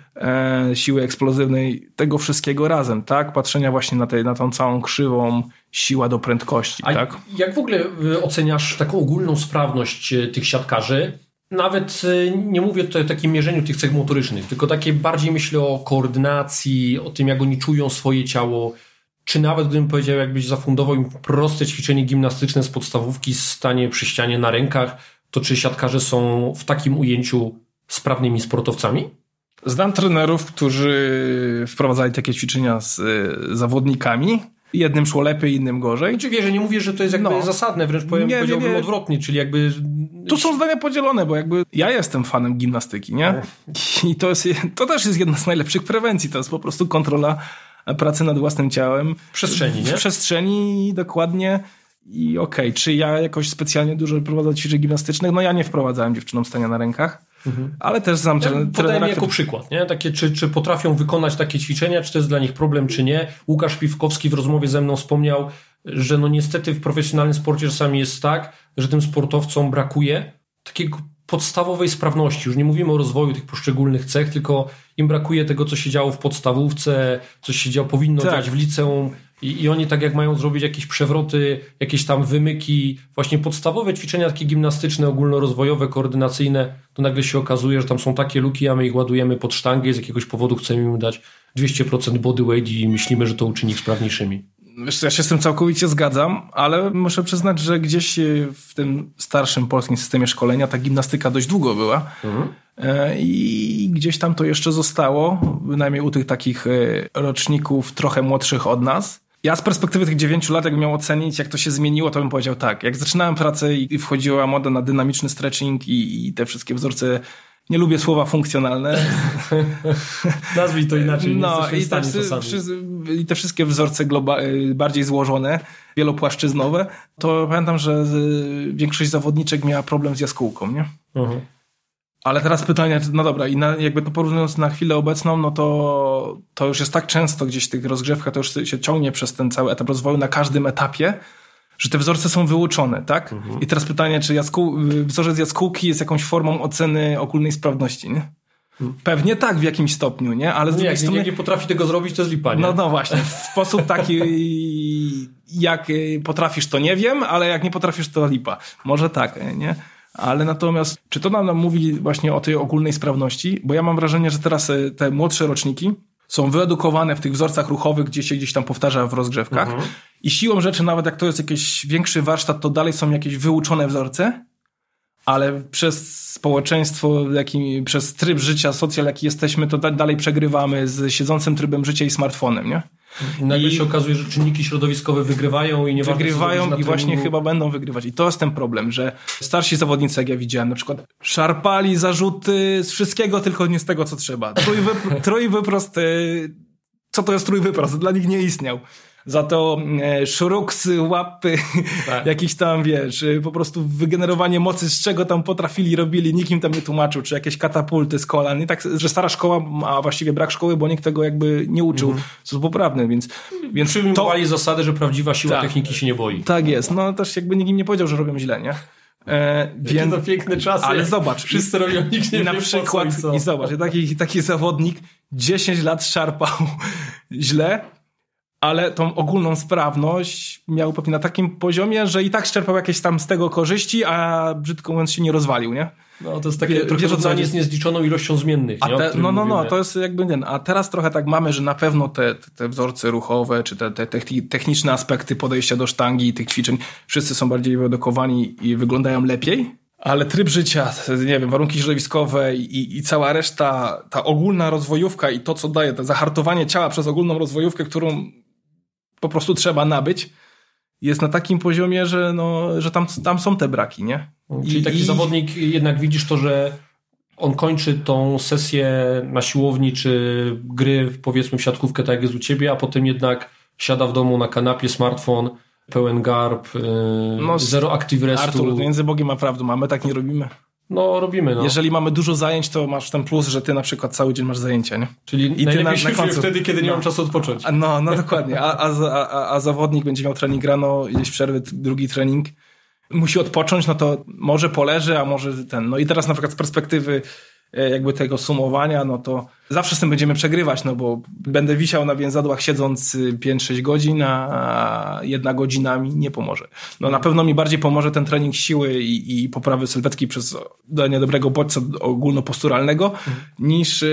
siły eksplozywnej, tego wszystkiego razem, tak? Patrzenia właśnie na tą całą krzywą siła do prędkości, tak? Jak w ogóle oceniasz taką ogólną sprawność tych siatkarzy? Nawet nie mówię tutaj o takim mierzeniu tych cech motorycznych, tylko takie bardziej myślę o koordynacji, o tym, jak oni czują swoje ciało. Czy nawet gdybym powiedział, jakbyś zafundował im proste ćwiczenie gimnastyczne z podstawówki, stanie przy ścianie na rękach, to czy siatkarze są w takim ujęciu sprawnymi sportowcami? Znam trenerów, którzy wprowadzali takie ćwiczenia z zawodnikami. Jednym szło lepiej, innym gorzej. Czy wiesz, że nie mówię, że to jest jakby zasadne, wręcz powiedziałbym odwrotnie, czyli jakby... Tu są zdania podzielone, bo jakby ja jestem fanem gimnastyki, nie? I to też jest jedna z najlepszych prewencji, to jest po prostu kontrola pracy nad własnym ciałem. W przestrzeni, nie? W przestrzeni, dokładnie. I okej, czy ja jakoś specjalnie dużo prowadzę ćwiczeń gimnastycznych? No ja nie wprowadzałem dziewczynom stania na rękach, ale też znam trenera, jako przykład, nie? Takie, czy potrafią wykonać takie ćwiczenia, czy to jest dla nich problem, czy nie. Łukasz Piwkowski w rozmowie ze mną wspomniał, że no niestety w profesjonalnym sporcie czasami jest tak, że tym sportowcom brakuje takiego podstawowej sprawności. Już nie mówimy o rozwoju tych poszczególnych cech, tylko im brakuje tego, co się działo w podstawówce, co się powinno dziać w liceum i oni tak jak mają zrobić jakieś przewroty, jakieś tam wymyki, właśnie podstawowe ćwiczenia takie gimnastyczne, ogólnorozwojowe, koordynacyjne, to nagle się okazuje, że tam są takie luki, a my ich ładujemy pod sztangę i z jakiegoś powodu chcemy im dać 200% body weight i myślimy, że to uczyni ich sprawniejszymi. Wiesz, ja się z tym całkowicie zgadzam, ale muszę przyznać, że gdzieś w tym starszym polskim systemie szkolenia ta gimnastyka dość długo była i gdzieś tam to jeszcze zostało, bynajmniej u tych takich roczników trochę młodszych od nas. Ja z perspektywy tych 9 lat, jakbym miał ocenić, jak to się zmieniło, to bym powiedział tak. Jak zaczynałem pracę i wchodziła moda na dynamiczny stretching i te wszystkie wzorce Nie lubię słowa funkcjonalne. Nazwij to inaczej. No i te wszystkie wzorce bardziej złożone, wielopłaszczyznowe, to pamiętam, że większość zawodniczek miała problem z jaskółką, nie? Ale teraz pytanie, no dobra, i jakby to porównując na chwilę obecną, no to już jest tak często gdzieś w tych rozgrzewkach, to już się ciągnie przez ten cały etap rozwoju na każdym etapie, że te wzorce są wyuczone, tak? I teraz pytanie, czy wzorzec jaskółki jest jakąś formą oceny ogólnej sprawności, nie? Pewnie tak w jakimś stopniu, nie? Ale z drugiej strony... Jak nie potrafi tego zrobić, to jest lipa, nie? No właśnie, w sposób taki jak potrafisz, to nie wiem, ale jak nie potrafisz, to lipa. Może tak, nie? Ale natomiast, czy to nam mówi właśnie o tej ogólnej sprawności? Bo ja mam wrażenie, że teraz te młodsze roczniki są wyedukowane w tych wzorcach ruchowych, gdzie się gdzieś tam powtarza w rozgrzewkach. I siłą rzeczy, nawet jak to jest jakiś większy warsztat, to dalej są jakieś wyuczone wzorce, ale przez społeczeństwo, przez tryb życia, socjal, jaki jesteśmy, to dalej przegrywamy z siedzącym trybem życia i smartfonem, nie? I nagle się okazuje, że czynniki środowiskowe wygrywają i nie wygrywają i właśnie chyba będą wygrywać. I to jest ten problem, że starsi zawodnicy, jak ja widziałem, na przykład szarpali zarzuty z wszystkiego, tylko nie z tego, co trzeba. Trójwyprost, co to jest trójwyprost? Dla nich nie istniał. Za to szuruksy, łapy, tak. Jakiś tam, wiesz, po prostu wygenerowanie mocy, z czego tam potrafili, robili, nikt im tam nie tłumaczył, czy jakieś katapulty z kolan. Nie tak, że stara szkoła, a właściwie brak szkoły, bo nikt tego jakby nie uczył, co jest poprawne, więc przyjmowali zasadę, że prawdziwa siła techniki się nie boi. Tak jest, no też jakby nikt im nie powiedział, że robią źle, nie? Więc to piękne czasy. Ale zobacz, wszyscy robią, nikt nie na wie przykład, i zobacz, taki zawodnik 10 lat szarpał źle, ale tą ogólną sprawność miał pewnie na takim poziomie, że i tak czerpał jakieś tam z tego korzyści, a brzydko mówiąc się nie rozwalił, nie? No to jest takie trochę rodzenie z niezliczoną ilością zmiennych. No, to jest jakby ten. A teraz trochę tak mamy, że na pewno te wzorce ruchowe, czy te techniczne aspekty podejścia do sztangi i tych ćwiczeń, wszyscy są bardziej wyedukowani i wyglądają lepiej. Ale tryb życia, nie wiem, warunki środowiskowe i cała reszta, ta ogólna rozwojówka i to, co daje, to zahartowanie ciała przez ogólną rozwojówkę, którą po prostu trzeba nabyć, jest na takim poziomie, że tam są te braki, nie? Czyli taki zawodnik, jednak widzisz to, że on kończy tą sesję na siłowni, czy gry, powiedzmy, w siatkówkę, tak jak jest u ciebie, a potem jednak siada w domu na kanapie, smartfon, pełen garb, zero active restu. Artur, między Bogiem a prawdą, a my tak nie robimy. No, robimy, no. Jeżeli mamy dużo zajęć, to masz ten plus, że ty na przykład cały dzień masz zajęcia, nie? Czyli najlepiej się czuje wtedy, kiedy nie mam czasu odpocząć. No dokładnie. A zawodnik będzie miał trening rano, gdzieś przerwy, drugi trening. Musi odpocząć, no to może poleży, a może ten. No i teraz na przykład z perspektywy jakby tego sumowania, no to zawsze z tym będziemy przegrywać, no bo będę wisiał na więzadłach siedząc 5-6 godzin, a 1 godzina mi nie pomoże. No na pewno mi bardziej pomoże ten trening siły i poprawy sylwetki przez danie dobrego bodźca ogólnoposturalnego niż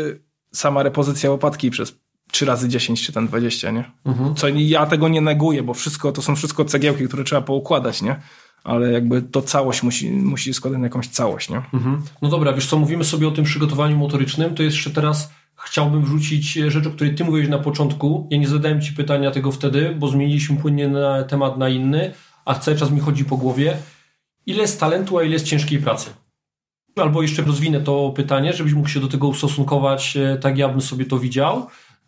sama repozycja łopatki przez 3x10 czy tam 20, nie? Co ja tego nie neguję, bo to są wszystko cegiełki, które trzeba poukładać, nie? Ale jakby to całość musi składać na jakąś całość, nie? No dobra, wiesz co, mówimy sobie o tym przygotowaniu motorycznym, to jeszcze teraz chciałbym wrzucić rzecz, o której ty mówiłeś na początku. Ja nie zadałem ci pytania tego wtedy, bo zmieniliśmy płynnie na temat na inny, a cały czas mi chodzi po głowie. Ile jest talentu, a ile jest ciężkiej pracy? Albo jeszcze rozwinę to pytanie, żebyś mógł się do tego ustosunkować, tak ja bym sobie to widział.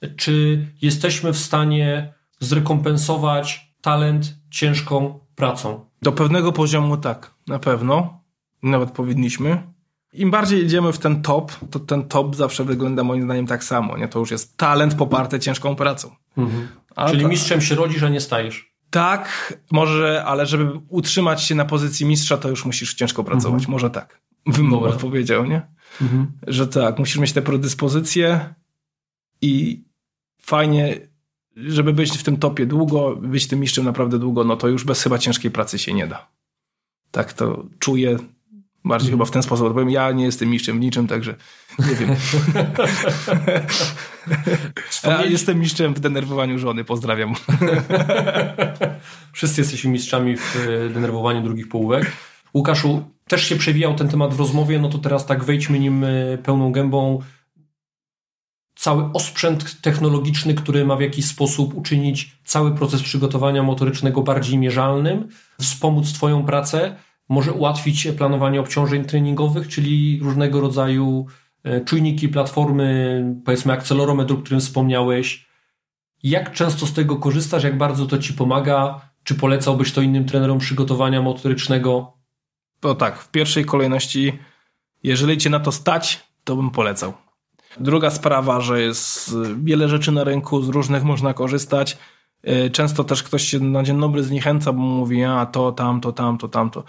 Czy jesteśmy w stanie zrekompensować talent ciężką pracą? Do pewnego poziomu tak, na pewno. Nawet powinniśmy. Im bardziej idziemy w ten top, to ten top zawsze wygląda moim zdaniem tak samo. Nie? To już jest talent poparty ciężką pracą. Czyli mistrzem się rodzisz, a nie stajesz. Tak, może, ale żeby utrzymać się na pozycji mistrza, to już musisz ciężko pracować. Może tak. Bym odpowiedział, nie? Że tak, musisz mieć te predyspozycje i fajnie, żeby być w tym topie długo, być tym mistrzem naprawdę długo, no to już bez chyba ciężkiej pracy się nie da. Tak to czuję. Bardziej chyba w ten sposób powiem. Ja nie jestem mistrzem w niczym, także nie wiem. Ja jestem mistrzem w denerwowaniu żony. Pozdrawiam. Wszyscy jesteśmy mistrzami w denerwowaniu drugich połówek. Łukaszu, też się przewijał ten temat w rozmowie, no to teraz tak wejdźmy nim pełną gębą. Cały osprzęt technologiczny, który ma w jakiś sposób uczynić cały proces przygotowania motorycznego bardziej mierzalnym, wspomóc twoją pracę. może ułatwić planowanie obciążeń treningowych, czyli różnego rodzaju czujniki, platformy, powiedzmy akcelerometr, o którym wspomniałeś. Jak często z tego korzystasz? Jak bardzo to ci pomaga? Czy polecałbyś to innym trenerom przygotowania motorycznego? To tak, w pierwszej kolejności, jeżeli cię na to stać, to bym polecał. Druga sprawa, że jest wiele rzeczy na rynku, z różnych można korzystać. Często też ktoś się na dzień dobry zniechęca, bo mówi, a to, tamto.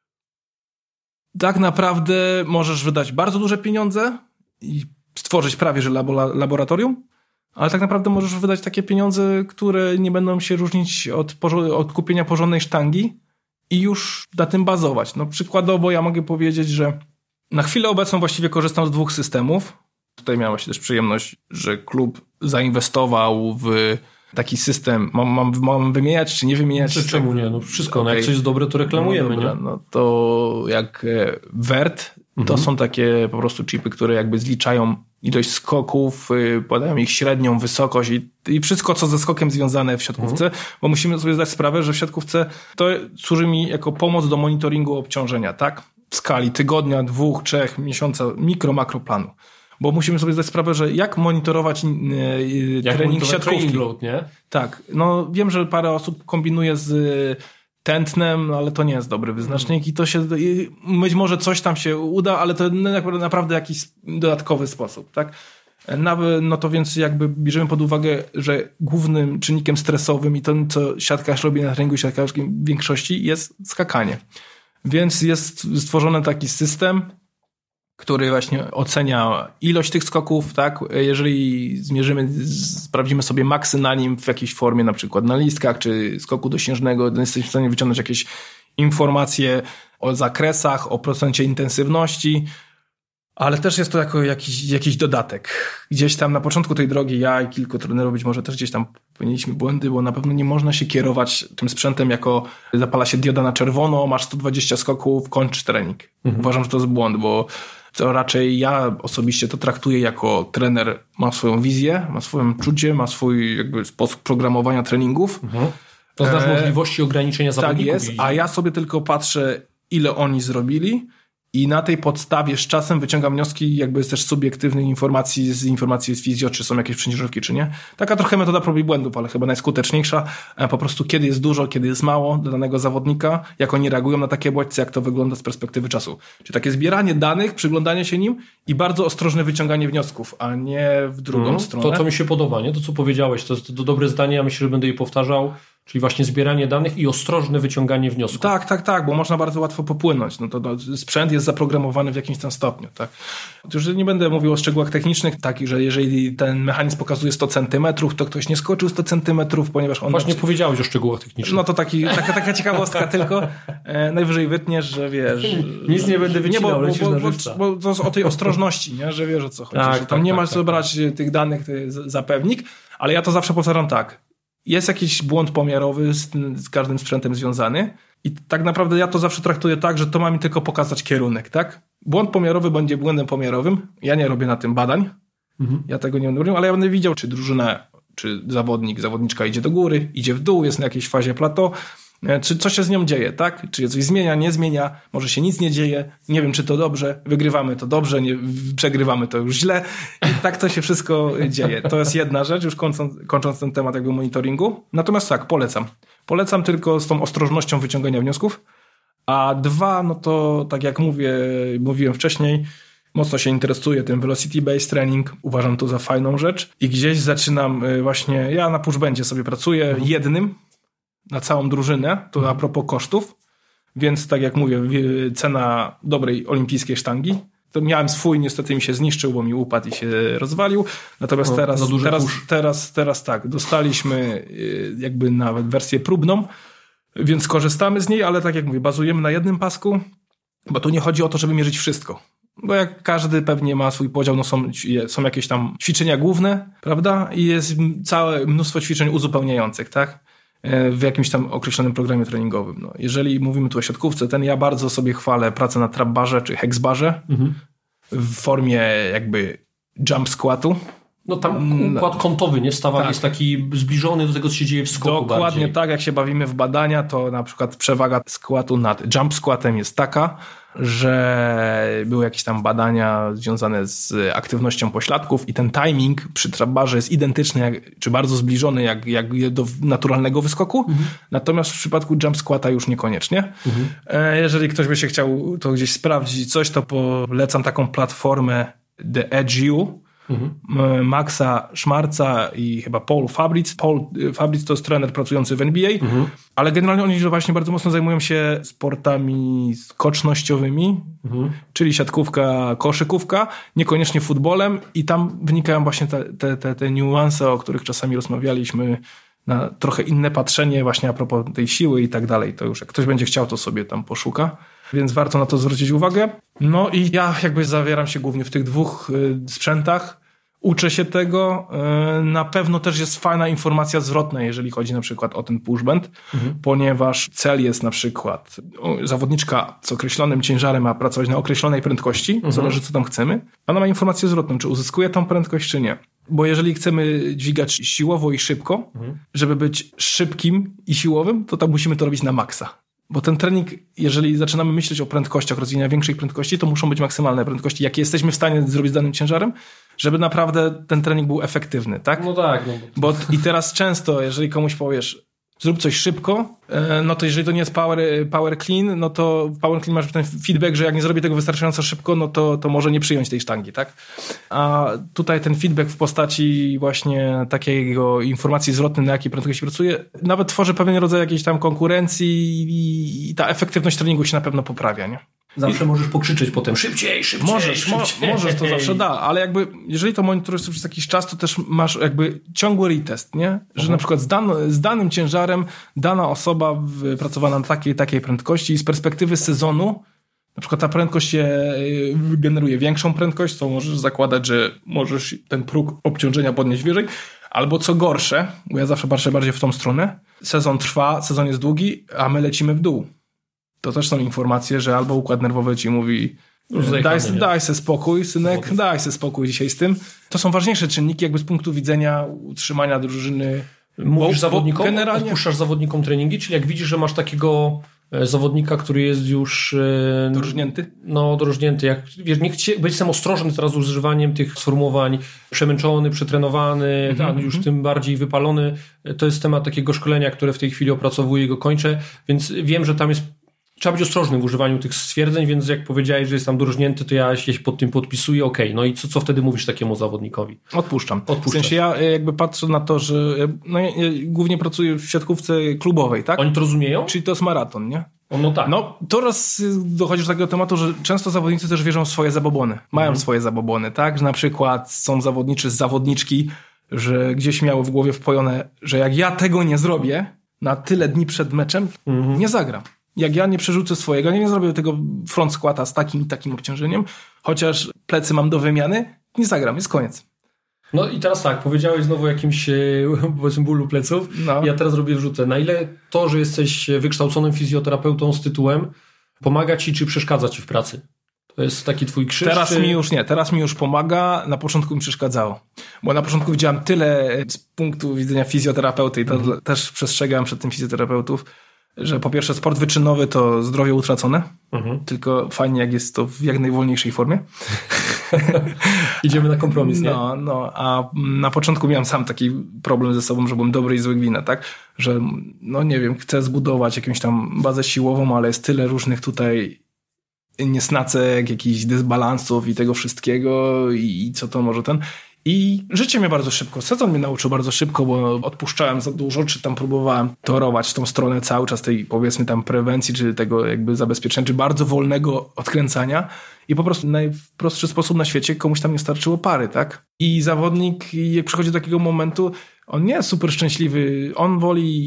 Tak naprawdę możesz wydać bardzo duże pieniądze i stworzyć prawie że laboratorium, ale tak naprawdę możesz wydać takie pieniądze, które nie będą się różnić od kupienia porządnej sztangi i już na tym bazować. No przykładowo ja mogę powiedzieć, że na chwilę obecną właściwie korzystam z 2 systemów. Tutaj miałem właśnie też przyjemność, że klub zainwestował w taki system. Mam wymieniać, czy nie wymieniać? Czy czemu nie? No wszystko, okay. Jak coś jest dobre, to reklamujemy. No, dobra, nie? No to jak Wert, to są takie po prostu chipy, które jakby zliczają ilość skoków, podają ich średnią wysokość i wszystko, co ze skokiem związane w siatkówce, bo musimy sobie zdać sprawę, że w siatkówce to służy mi jako pomoc do monitoringu obciążenia, tak? W skali tygodnia, 2, 3 miesiąca, makroplanu. Bo musimy sobie zdać sprawę, że jak monitorować trening siatkówki. Training load, nie? Tak. No wiem, że parę osób kombinuje z tętnem, ale to nie jest dobry wyznacznik i to się, być może coś tam się uda, ale to naprawdę jakiś dodatkowy sposób, tak? No to więc jakby bierzemy pod uwagę, że głównym czynnikiem stresowym i to, co siatkarz robi na treningu siatkarskim w większości jest skakanie. Więc jest stworzony taki system, który właśnie ocenia ilość tych skoków, tak? Jeżeli sprawdzimy sobie maksy na nim w jakiejś formie, na przykład na listkach, czy skoku dosiężnego, to jesteśmy w stanie wyciągnąć jakieś informacje o zakresach, o procencie intensywności, ale też jest to jako jakiś dodatek. Gdzieś tam na początku tej drogi ja i kilku trenerów być może też gdzieś tam popełniliśmy błędy, bo na pewno nie można się kierować tym sprzętem jako zapala się dioda na czerwono, masz 120 skoków, kończ trening. Uważam, że to jest błąd, bo to raczej ja osobiście to traktuję jako trener, ma swoją wizję, ma swoje czucie, ma swój jakby sposób programowania treningów. To znasz możliwości ograniczenia zawodników. Tak jest, a ja sobie tylko patrzę, ile oni zrobili i na tej podstawie z czasem wyciągam wnioski jakby też subiektywnych informacji z fizjo, czy są jakieś przeciążówki, czy nie. Taka trochę metoda prób i błędów, ale chyba najskuteczniejsza. Po prostu kiedy jest dużo, kiedy jest mało dla danego zawodnika, jak oni reagują na takie bodźce, jak to wygląda z perspektywy czasu. Czyli takie zbieranie danych, przyglądanie się nim i bardzo ostrożne wyciąganie wniosków, a nie w drugą stronę. To, co mi się podoba, nie? To, co powiedziałeś, to jest to dobre zdanie, ja myślę, że będę je powtarzał. Czyli właśnie zbieranie danych i ostrożne wyciąganie wniosków. Tak, bo można bardzo łatwo popłynąć. No to sprzęt jest zaprogramowany w jakimś tam stopniu. Tak? Już nie będę mówił o szczegółach technicznych, takich, że jeżeli ten mechanizm pokazuje 100 centymetrów, to ktoś nie skoczył 100 centymetrów, ponieważ on... Właśnie powiedziałeś o szczegółach technicznych. No to taka ciekawostka tylko. Najwyżej wytniesz, że wiesz... Nic nie będę wycinał, lecisz na żywca. Bo to jest o tej ostrożności, nie? Że wiesz, o co chodzi. Tak, że tam nie masz co brać tych danych za pewnik, ale ja to zawsze powtarzam tak. Jest jakiś błąd pomiarowy z każdym sprzętem związany i tak naprawdę ja to zawsze traktuję tak, że to ma mi tylko pokazać kierunek, tak? Błąd pomiarowy będzie błędem pomiarowym. Ja nie robię na tym badań. Ja tego nie będę robił, ale ja będę widział, czy drużyna, czy zawodniczka idzie do góry, idzie w dół, jest na jakiejś fazie plateau, czy coś się z nią dzieje, tak? Czy coś zmienia, nie zmienia, może się nic nie dzieje, nie wiem, czy to dobrze, wygrywamy to dobrze, przegrywamy to już źle i tak to się wszystko dzieje. To jest jedna rzecz, już kończąc ten temat jakby monitoringu. Natomiast tak, polecam tylko z tą ostrożnością wyciągania wniosków, a 2, no to tak jak mówiłem wcześniej, mocno się interesuję tym velocity-based training, uważam to za fajną rzecz i gdzieś zaczynam właśnie, ja na pushbandzie sobie pracuję jednym, na całą drużynę, to a propos kosztów, więc tak jak mówię, cena dobrej olimpijskiej sztangi, to miałem swój, niestety mi się zniszczył, bo mi upadł i się rozwalił, natomiast teraz tak, dostaliśmy jakby nawet wersję próbną, więc korzystamy z niej, ale tak jak mówię, bazujemy na jednym pasku, bo tu nie chodzi o to, żeby mierzyć wszystko. Bo jak każdy pewnie ma swój podział, no są jakieś tam ćwiczenia główne, prawda? I jest całe mnóstwo ćwiczeń uzupełniających, tak? W jakimś tam określonym programie treningowym. No, jeżeli mówimy tu o siatkówce, ja bardzo sobie chwalę pracę na trap barze czy hex barze w formie jakby jump squatu. No tam układ kątowy, nie? W stawach jest taki zbliżony do tego, co się dzieje w skoku. Dokładnie bardziej. tak, jak się bawimy w badania, to na przykład przewaga squatu nad jump squatem jest taka, że były jakieś tam badania związane z aktywnością pośladków i ten timing przy trap barze jest identyczny, czy bardzo zbliżony jak do naturalnego wyskoku, natomiast w przypadku jump squata już niekoniecznie. Jeżeli ktoś by się chciał to gdzieś sprawdzić coś, to polecam taką platformę The Edge U, Maxa Schmarza i chyba Paul Fabritz. Paul Fabritz to jest trener pracujący w NBA, ale generalnie oni właśnie bardzo mocno zajmują się sportami skocznościowymi, czyli siatkówka, koszykówka, niekoniecznie futbolem i tam wynikają właśnie te niuanse, o których czasami rozmawialiśmy, na trochę inne patrzenie właśnie a propos tej siły i tak dalej. To już jak ktoś będzie chciał, to sobie tam poszuka. Więc warto na to zwrócić uwagę. No i ja jakby zawieram się głównie w tych dwóch sprzętach. Uczę się tego. Na pewno też jest fajna informacja zwrotna, jeżeli chodzi na przykład o ten pushband, ponieważ cel jest na przykład zawodniczka z określonym ciężarem ma pracować na określonej prędkości, zależy co tam chcemy. Ona ma informację zwrotną, czy uzyskuje tą prędkość, czy nie. Bo jeżeli chcemy dźwigać siłowo i szybko, żeby być szybkim i siłowym, to tam musimy to robić na maksa. Bo ten trening, jeżeli zaczynamy myśleć o prędkościach, rozwijania większej prędkości, to muszą być maksymalne prędkości, jakie jesteśmy w stanie zrobić z danym ciężarem, żeby naprawdę ten trening był efektywny, tak? No tak. Bo i teraz często, jeżeli komuś powiesz, zrób coś szybko, no to jeżeli to nie jest power clean, no to w power clean masz ten feedback, że jak nie zrobię tego wystarczająco szybko, no to może nie przyjąć tej sztangi, tak? A tutaj ten feedback w postaci właśnie takiego informacji zwrotnej, na jakiej prędkości pracuje, nawet tworzy pewien rodzaj jakiejś tam konkurencji i ta efektywność treningu się na pewno poprawia, nie? Zawsze możesz pokrzyczeć potem szybciej. Możesz, to zawsze da, ale jakby jeżeli to monitorujesz przez jakiś czas, to też masz jakby ciągły retest, nie? Że na przykład z danym ciężarem dana osoba wypracowana na takiej prędkości i z perspektywy sezonu na przykład ta prędkość generuje większą prędkość, co możesz zakładać, że możesz ten próg obciążenia podnieść wyżej, albo co gorsze, bo ja zawsze patrzę bardziej w tą stronę, sezon trwa, sezon jest długi, a my lecimy w dół. To też są informacje, że albo układ nerwowy ci mówi daj se spokój, synek, daj se spokój dzisiaj z tym. To są ważniejsze czynniki jakby z punktu widzenia utrzymania drużyny. Mówisz zawodnikom? Generalnie odpuszczasz zawodnikom treningi? Czyli jak widzisz, że masz takiego zawodnika, który jest już dorżnięty? No, dorżnięty. Jak, wiesz, nie chcę być sam ostrożny teraz z używaniem tych sformułowań przemęczony, przetrenowany, już tym bardziej wypalony. To jest temat takiego szkolenia, które w tej chwili opracowuję i go kończę, więc wiem, że tam jest trzeba być ostrożnym w używaniu tych stwierdzeń, więc jak powiedziałeś, że jest tam dorżnięty, to ja się pod tym podpisuję, okej. No i co wtedy mówisz takiemu zawodnikowi? Odpuszczam. W sensie ja jakby patrzę na to, że ja głównie pracuję w siatkówce klubowej, tak? Oni to rozumieją? Czyli to jest maraton, nie? No tak. No teraz dochodzi do takiego tematu, że często zawodnicy też wierzą w swoje zabobony. Mają swoje zabobony, tak? Że na przykład są zawodniczki, że gdzieś miały w głowie wpojone, że jak ja tego nie zrobię na tyle dni przed meczem, nie zagram. Jak ja nie przerzucę swojego, nie zrobię tego front squata z takim i takim obciążeniem, chociaż plecy mam do wymiany, nie zagram, jest koniec. No i teraz tak, powiedziałeś znowu o jakimś powiedzmy bólu pleców. No. Ja teraz robię wrzutę. Na ile to, że jesteś wykształconym fizjoterapeutą z tytułem, pomaga ci czy przeszkadza ci w pracy? To jest taki twój krzyż? Teraz mi już pomaga, na początku mi przeszkadzało. Bo na początku widziałem tyle z punktu widzenia fizjoterapeuty i to też przestrzegałem przed tym fizjoterapeutów, że po pierwsze sport wyczynowy to zdrowie utracone, tylko fajnie jak jest to w jak najwolniejszej formie. Idziemy na kompromis, nie? No, a na początku miałem sam taki problem ze sobą, że byłem dobry i zły gwina, tak? Że, no nie wiem, chcę zbudować jakąś tam bazę siłową, ale jest tyle różnych tutaj niesnacek, jakichś dysbalansów i tego wszystkiego i co to może ten... I życie mnie bardzo szybko, sezon mnie nauczył bardzo szybko, bo odpuszczałem za dużo, czy tam próbowałem torować w tą stronę cały czas tej, powiedzmy tam prewencji, czy tego jakby zabezpieczenia, czy bardzo wolnego odkręcania i po prostu najprostszy sposób na świecie komuś tam nie starczyło pary, tak? I zawodnik, jak przychodzi do takiego momentu, on nie jest super szczęśliwy, on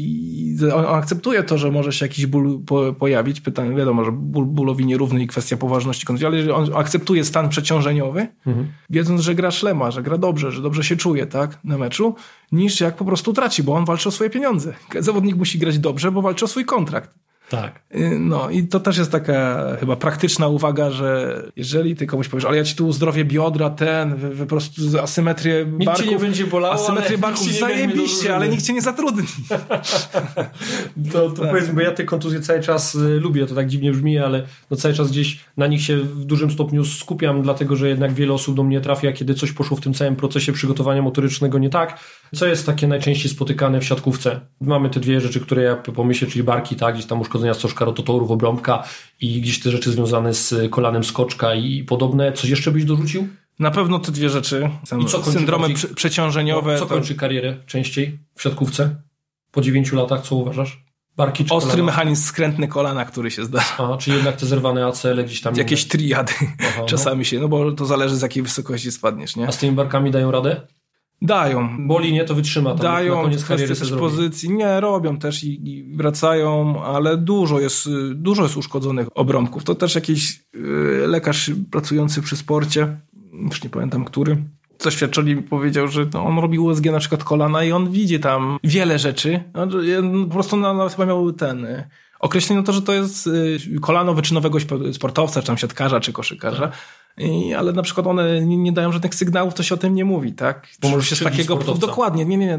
akceptuje to, że może się jakiś ból pojawić, pytanie, wiadomo, że bólowi nierówny i kwestia poważności kontuzji, ale jeżeli on akceptuje stan przeciążeniowy, wiedząc, że gra szlema, że gra dobrze, że dobrze się czuje, tak, na meczu, niż jak po prostu traci, bo on walczy o swoje pieniądze. Zawodnik musi grać dobrze, bo walczy o swój kontrakt. Tak. No i to też jest taka chyba praktyczna uwaga, że jeżeli ty komuś powiesz, ale ja ci tu uzdrowię biodra, wy po prostu asymetrię barków. Nikt cię nie będzie bolało, asymetrię barków zajebiście, ale nikt cię nie zatrudni. To tak. Powiedzmy, bo ja te kontuzje cały czas lubię, to tak dziwnie brzmi, ale no cały czas gdzieś na nich się w dużym stopniu skupiam, dlatego że jednak wiele osób do mnie trafia, kiedy coś poszło w tym całym procesie przygotowania motorycznego nie tak. Co jest takie najczęściej spotykane w siatkówce? Mamy te dwie rzeczy, które ja pomyślę, czyli barki, tak, gdzieś tam uszkodzenia stożka, rototorów, obrąbka i gdzieś te rzeczy związane z kolanem skoczka i podobne. Coś jeszcze byś dorzucił? Na pewno te dwie rzeczy. Syndromy przeciążeniowe. Co kończy karierę częściej w siatkówce? Po 9 latach, co uważasz? Barki czy ostry kolana? Mechanizm skrętny kolana, który się zdarza. Aha, czyli jednak te zerwane ACL gdzieś tam... Jakieś triady czasami się, no bo to zależy z jakiej wysokości spadniesz, nie? A z tymi barkami dają radę? Dają. Boli, nie? To wytrzyma tam. Dają, na koniec kariery też pozycji. Nie, robią też i wracają, ale dużo jest uszkodzonych obrąbków. To też jakiś lekarz pracujący przy sporcie, już nie pamiętam który, co świadczyli, powiedział, że on robi USG na przykład kolana i on widzi tam wiele rzeczy. Po prostu nawet chyba miał określenie to, że to jest kolano wyczynowego sportowca, czy tam siatkarza, czy koszykarza. Ale na przykład one nie dają żadnych sygnałów, to się o tym nie mówi, tak? Bo może się z takiego... Dokładnie, nie.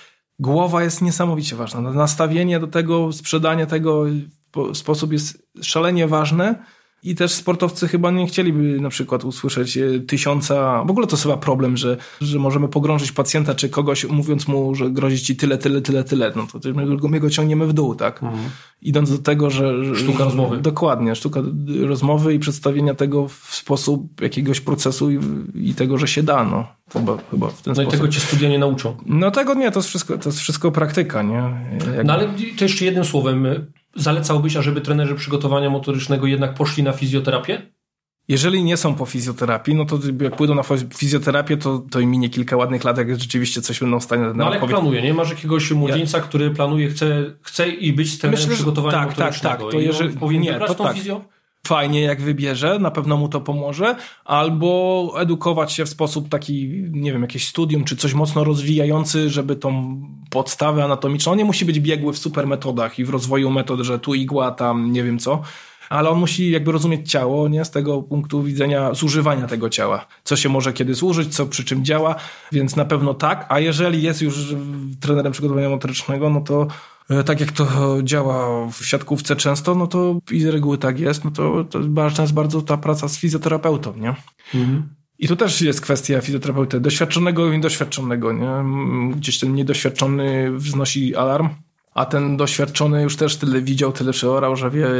Głowa jest niesamowicie ważna. Nastawienie do tego, sprzedanie tego w sposób jest szalenie ważne. I też sportowcy chyba nie chcieliby na przykład usłyszeć 1000... W ogóle to jest chyba problem, że możemy pogrążyć pacjenta czy kogoś, mówiąc mu, że grozi ci tyle. No to my go ciągniemy w dół, tak? Idąc do tego, że... Sztuka rozmowy. Dokładnie. Sztuka rozmowy i przedstawienia tego w sposób jakiegoś procesu i tego, że się da, no. Chyba w ten sposób. I tego cię studia nie nauczą. No tego nie, to jest wszystko praktyka, nie? No ale to jeszcze jednym słowem... Zalecałbyś, ażeby trenerzy przygotowania motorycznego jednak poszli na fizjoterapię? Jeżeli nie są po fizjoterapii, no to jak pójdą na fizjoterapię, to im minie kilka ładnych lat, jak rzeczywiście coś będą w stanie... No ale jak planuje, nie? Masz jakiegoś młodzieńca, który planuje, chce i być trenerem przygotowania motorycznego. Tak. To jeżeli powinien wybrać tą fizjo? Fajnie, jak wybierze, na pewno mu to pomoże, albo edukować się w sposób taki, nie wiem, jakieś studium, czy coś mocno rozwijający, żeby tą podstawę anatomiczną, on nie musi być biegły w super metodach i w rozwoju metod, że tu igła, tam nie wiem co, ale on musi jakby rozumieć ciało, nie, z tego punktu widzenia zużywania tego ciała, co się może kiedy służyć, co przy czym działa, więc na pewno tak, a jeżeli jest już trenerem przygotowania motorycznego, no to tak jak to działa w siatkówce często, no to i z reguły tak jest, no to jest bardzo ta praca z fizjoterapeutą, nie? I tu też jest kwestia fizjoterapeuty doświadczonego i niedoświadczonego, nie? Gdzieś ten niedoświadczony wznosi alarm, a ten doświadczony już też tyle widział, tyle przeorał, że wie,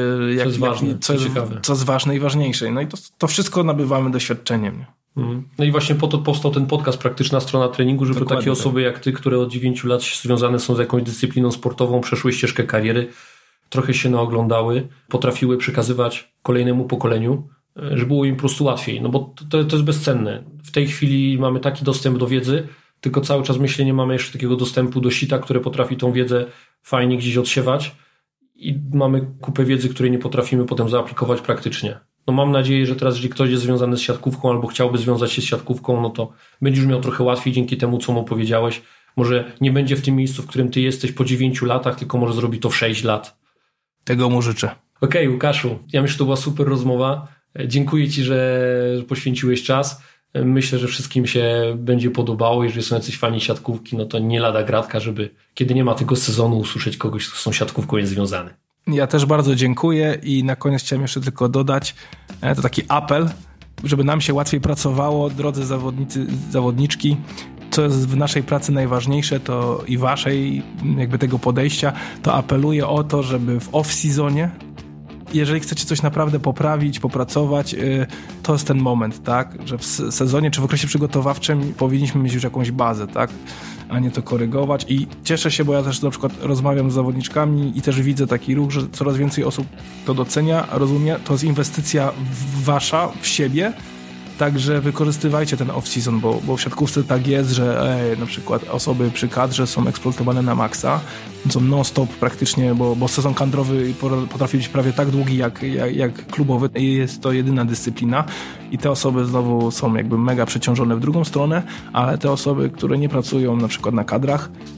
co jest ważne i ważniejsze. No i to wszystko nabywamy doświadczeniem, nie? No i właśnie po to powstał ten podcast Praktyczna Strona Treningu, żeby takie osoby jak ty, które od 9 lat związane są z jakąś dyscypliną sportową, przeszły ścieżkę kariery, trochę się naoglądały, potrafiły przekazywać kolejnemu pokoleniu, żeby było im po prostu łatwiej, no bo to jest bezcenne. W tej chwili mamy taki dostęp do wiedzy, tylko cały czas myślę, nie mamy jeszcze takiego dostępu do sita, które potrafi tą wiedzę fajnie gdzieś odsiewać i mamy kupę wiedzy, której nie potrafimy potem zaaplikować praktycznie. No mam nadzieję, że teraz, jeżeli ktoś jest związany z siatkówką albo chciałby związać się z siatkówką, no to będziesz miał trochę łatwiej dzięki temu, co mu powiedziałeś. Może nie będzie w tym miejscu, w którym ty jesteś po 9 latach, tylko może zrobi to w 6 lat. Tego mu życzę. Okej, Łukaszu, ja myślę, że to była super rozmowa. Dziękuję ci, że poświęciłeś czas. Myślę, że wszystkim się będzie podobało. Jeżeli są jacyś fani siatkówki, no to nie lada gratka, żeby kiedy nie ma tego sezonu usłyszeć kogoś, kto z tą siatkówką jest związany. Ja też bardzo dziękuję i na koniec chciałem jeszcze tylko dodać, to taki apel, żeby nam się łatwiej pracowało, drodzy zawodnicy, zawodniczki, co jest w naszej pracy najważniejsze, to i waszej jakby tego podejścia, to apeluję o to, żeby w off-seasonie, jeżeli chcecie coś naprawdę poprawić, popracować, to jest ten moment, tak, że w sezonie czy w okresie przygotowawczym powinniśmy mieć już jakąś bazę, tak, a nie to korygować i cieszę się, bo ja też na przykład rozmawiam z zawodniczkami i też widzę taki ruch, że coraz więcej osób to docenia, rozumie, to jest inwestycja wasza w siebie, także wykorzystywajcie ten off-season, bo w siatkówce tak jest, że na przykład osoby przy kadrze są eksploatowane na maksa, są non-stop praktycznie, bo sezon kadrowy potrafi być prawie tak długi jak klubowy i jest to jedyna dyscyplina i te osoby znowu są jakby mega przeciążone w drugą stronę, ale te osoby, które nie pracują na przykład na kadrach,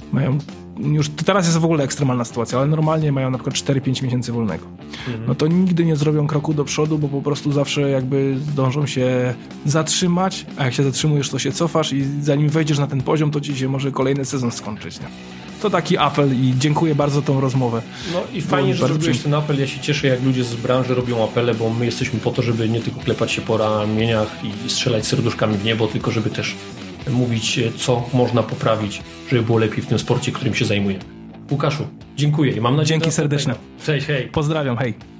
Mają już teraz jest w ogóle ekstremalna sytuacja, ale normalnie mają na przykład 4-5 miesięcy wolnego. No to nigdy nie zrobią kroku do przodu, bo po prostu zawsze jakby zdążą się zatrzymać, a jak się zatrzymujesz, to się cofasz i zanim wejdziesz na ten poziom, to ci się może kolejny sezon skończyć. Nie? To taki apel i dziękuję bardzo za tą rozmowę. No i fajnie, że zrobiłeś ten apel. Ja się cieszę, jak ludzie z branży robią apele, bo my jesteśmy po to, żeby nie tylko klepać się po ramieniach i strzelać serduszkami w niebo, tylko żeby też mówić, co można poprawić, żeby było lepiej w tym sporcie, którym się zajmujemy. Łukaszu, dziękuję i mam nadzieję... Dzięki serdeczne. Cześć, hej. Pozdrawiam, hej.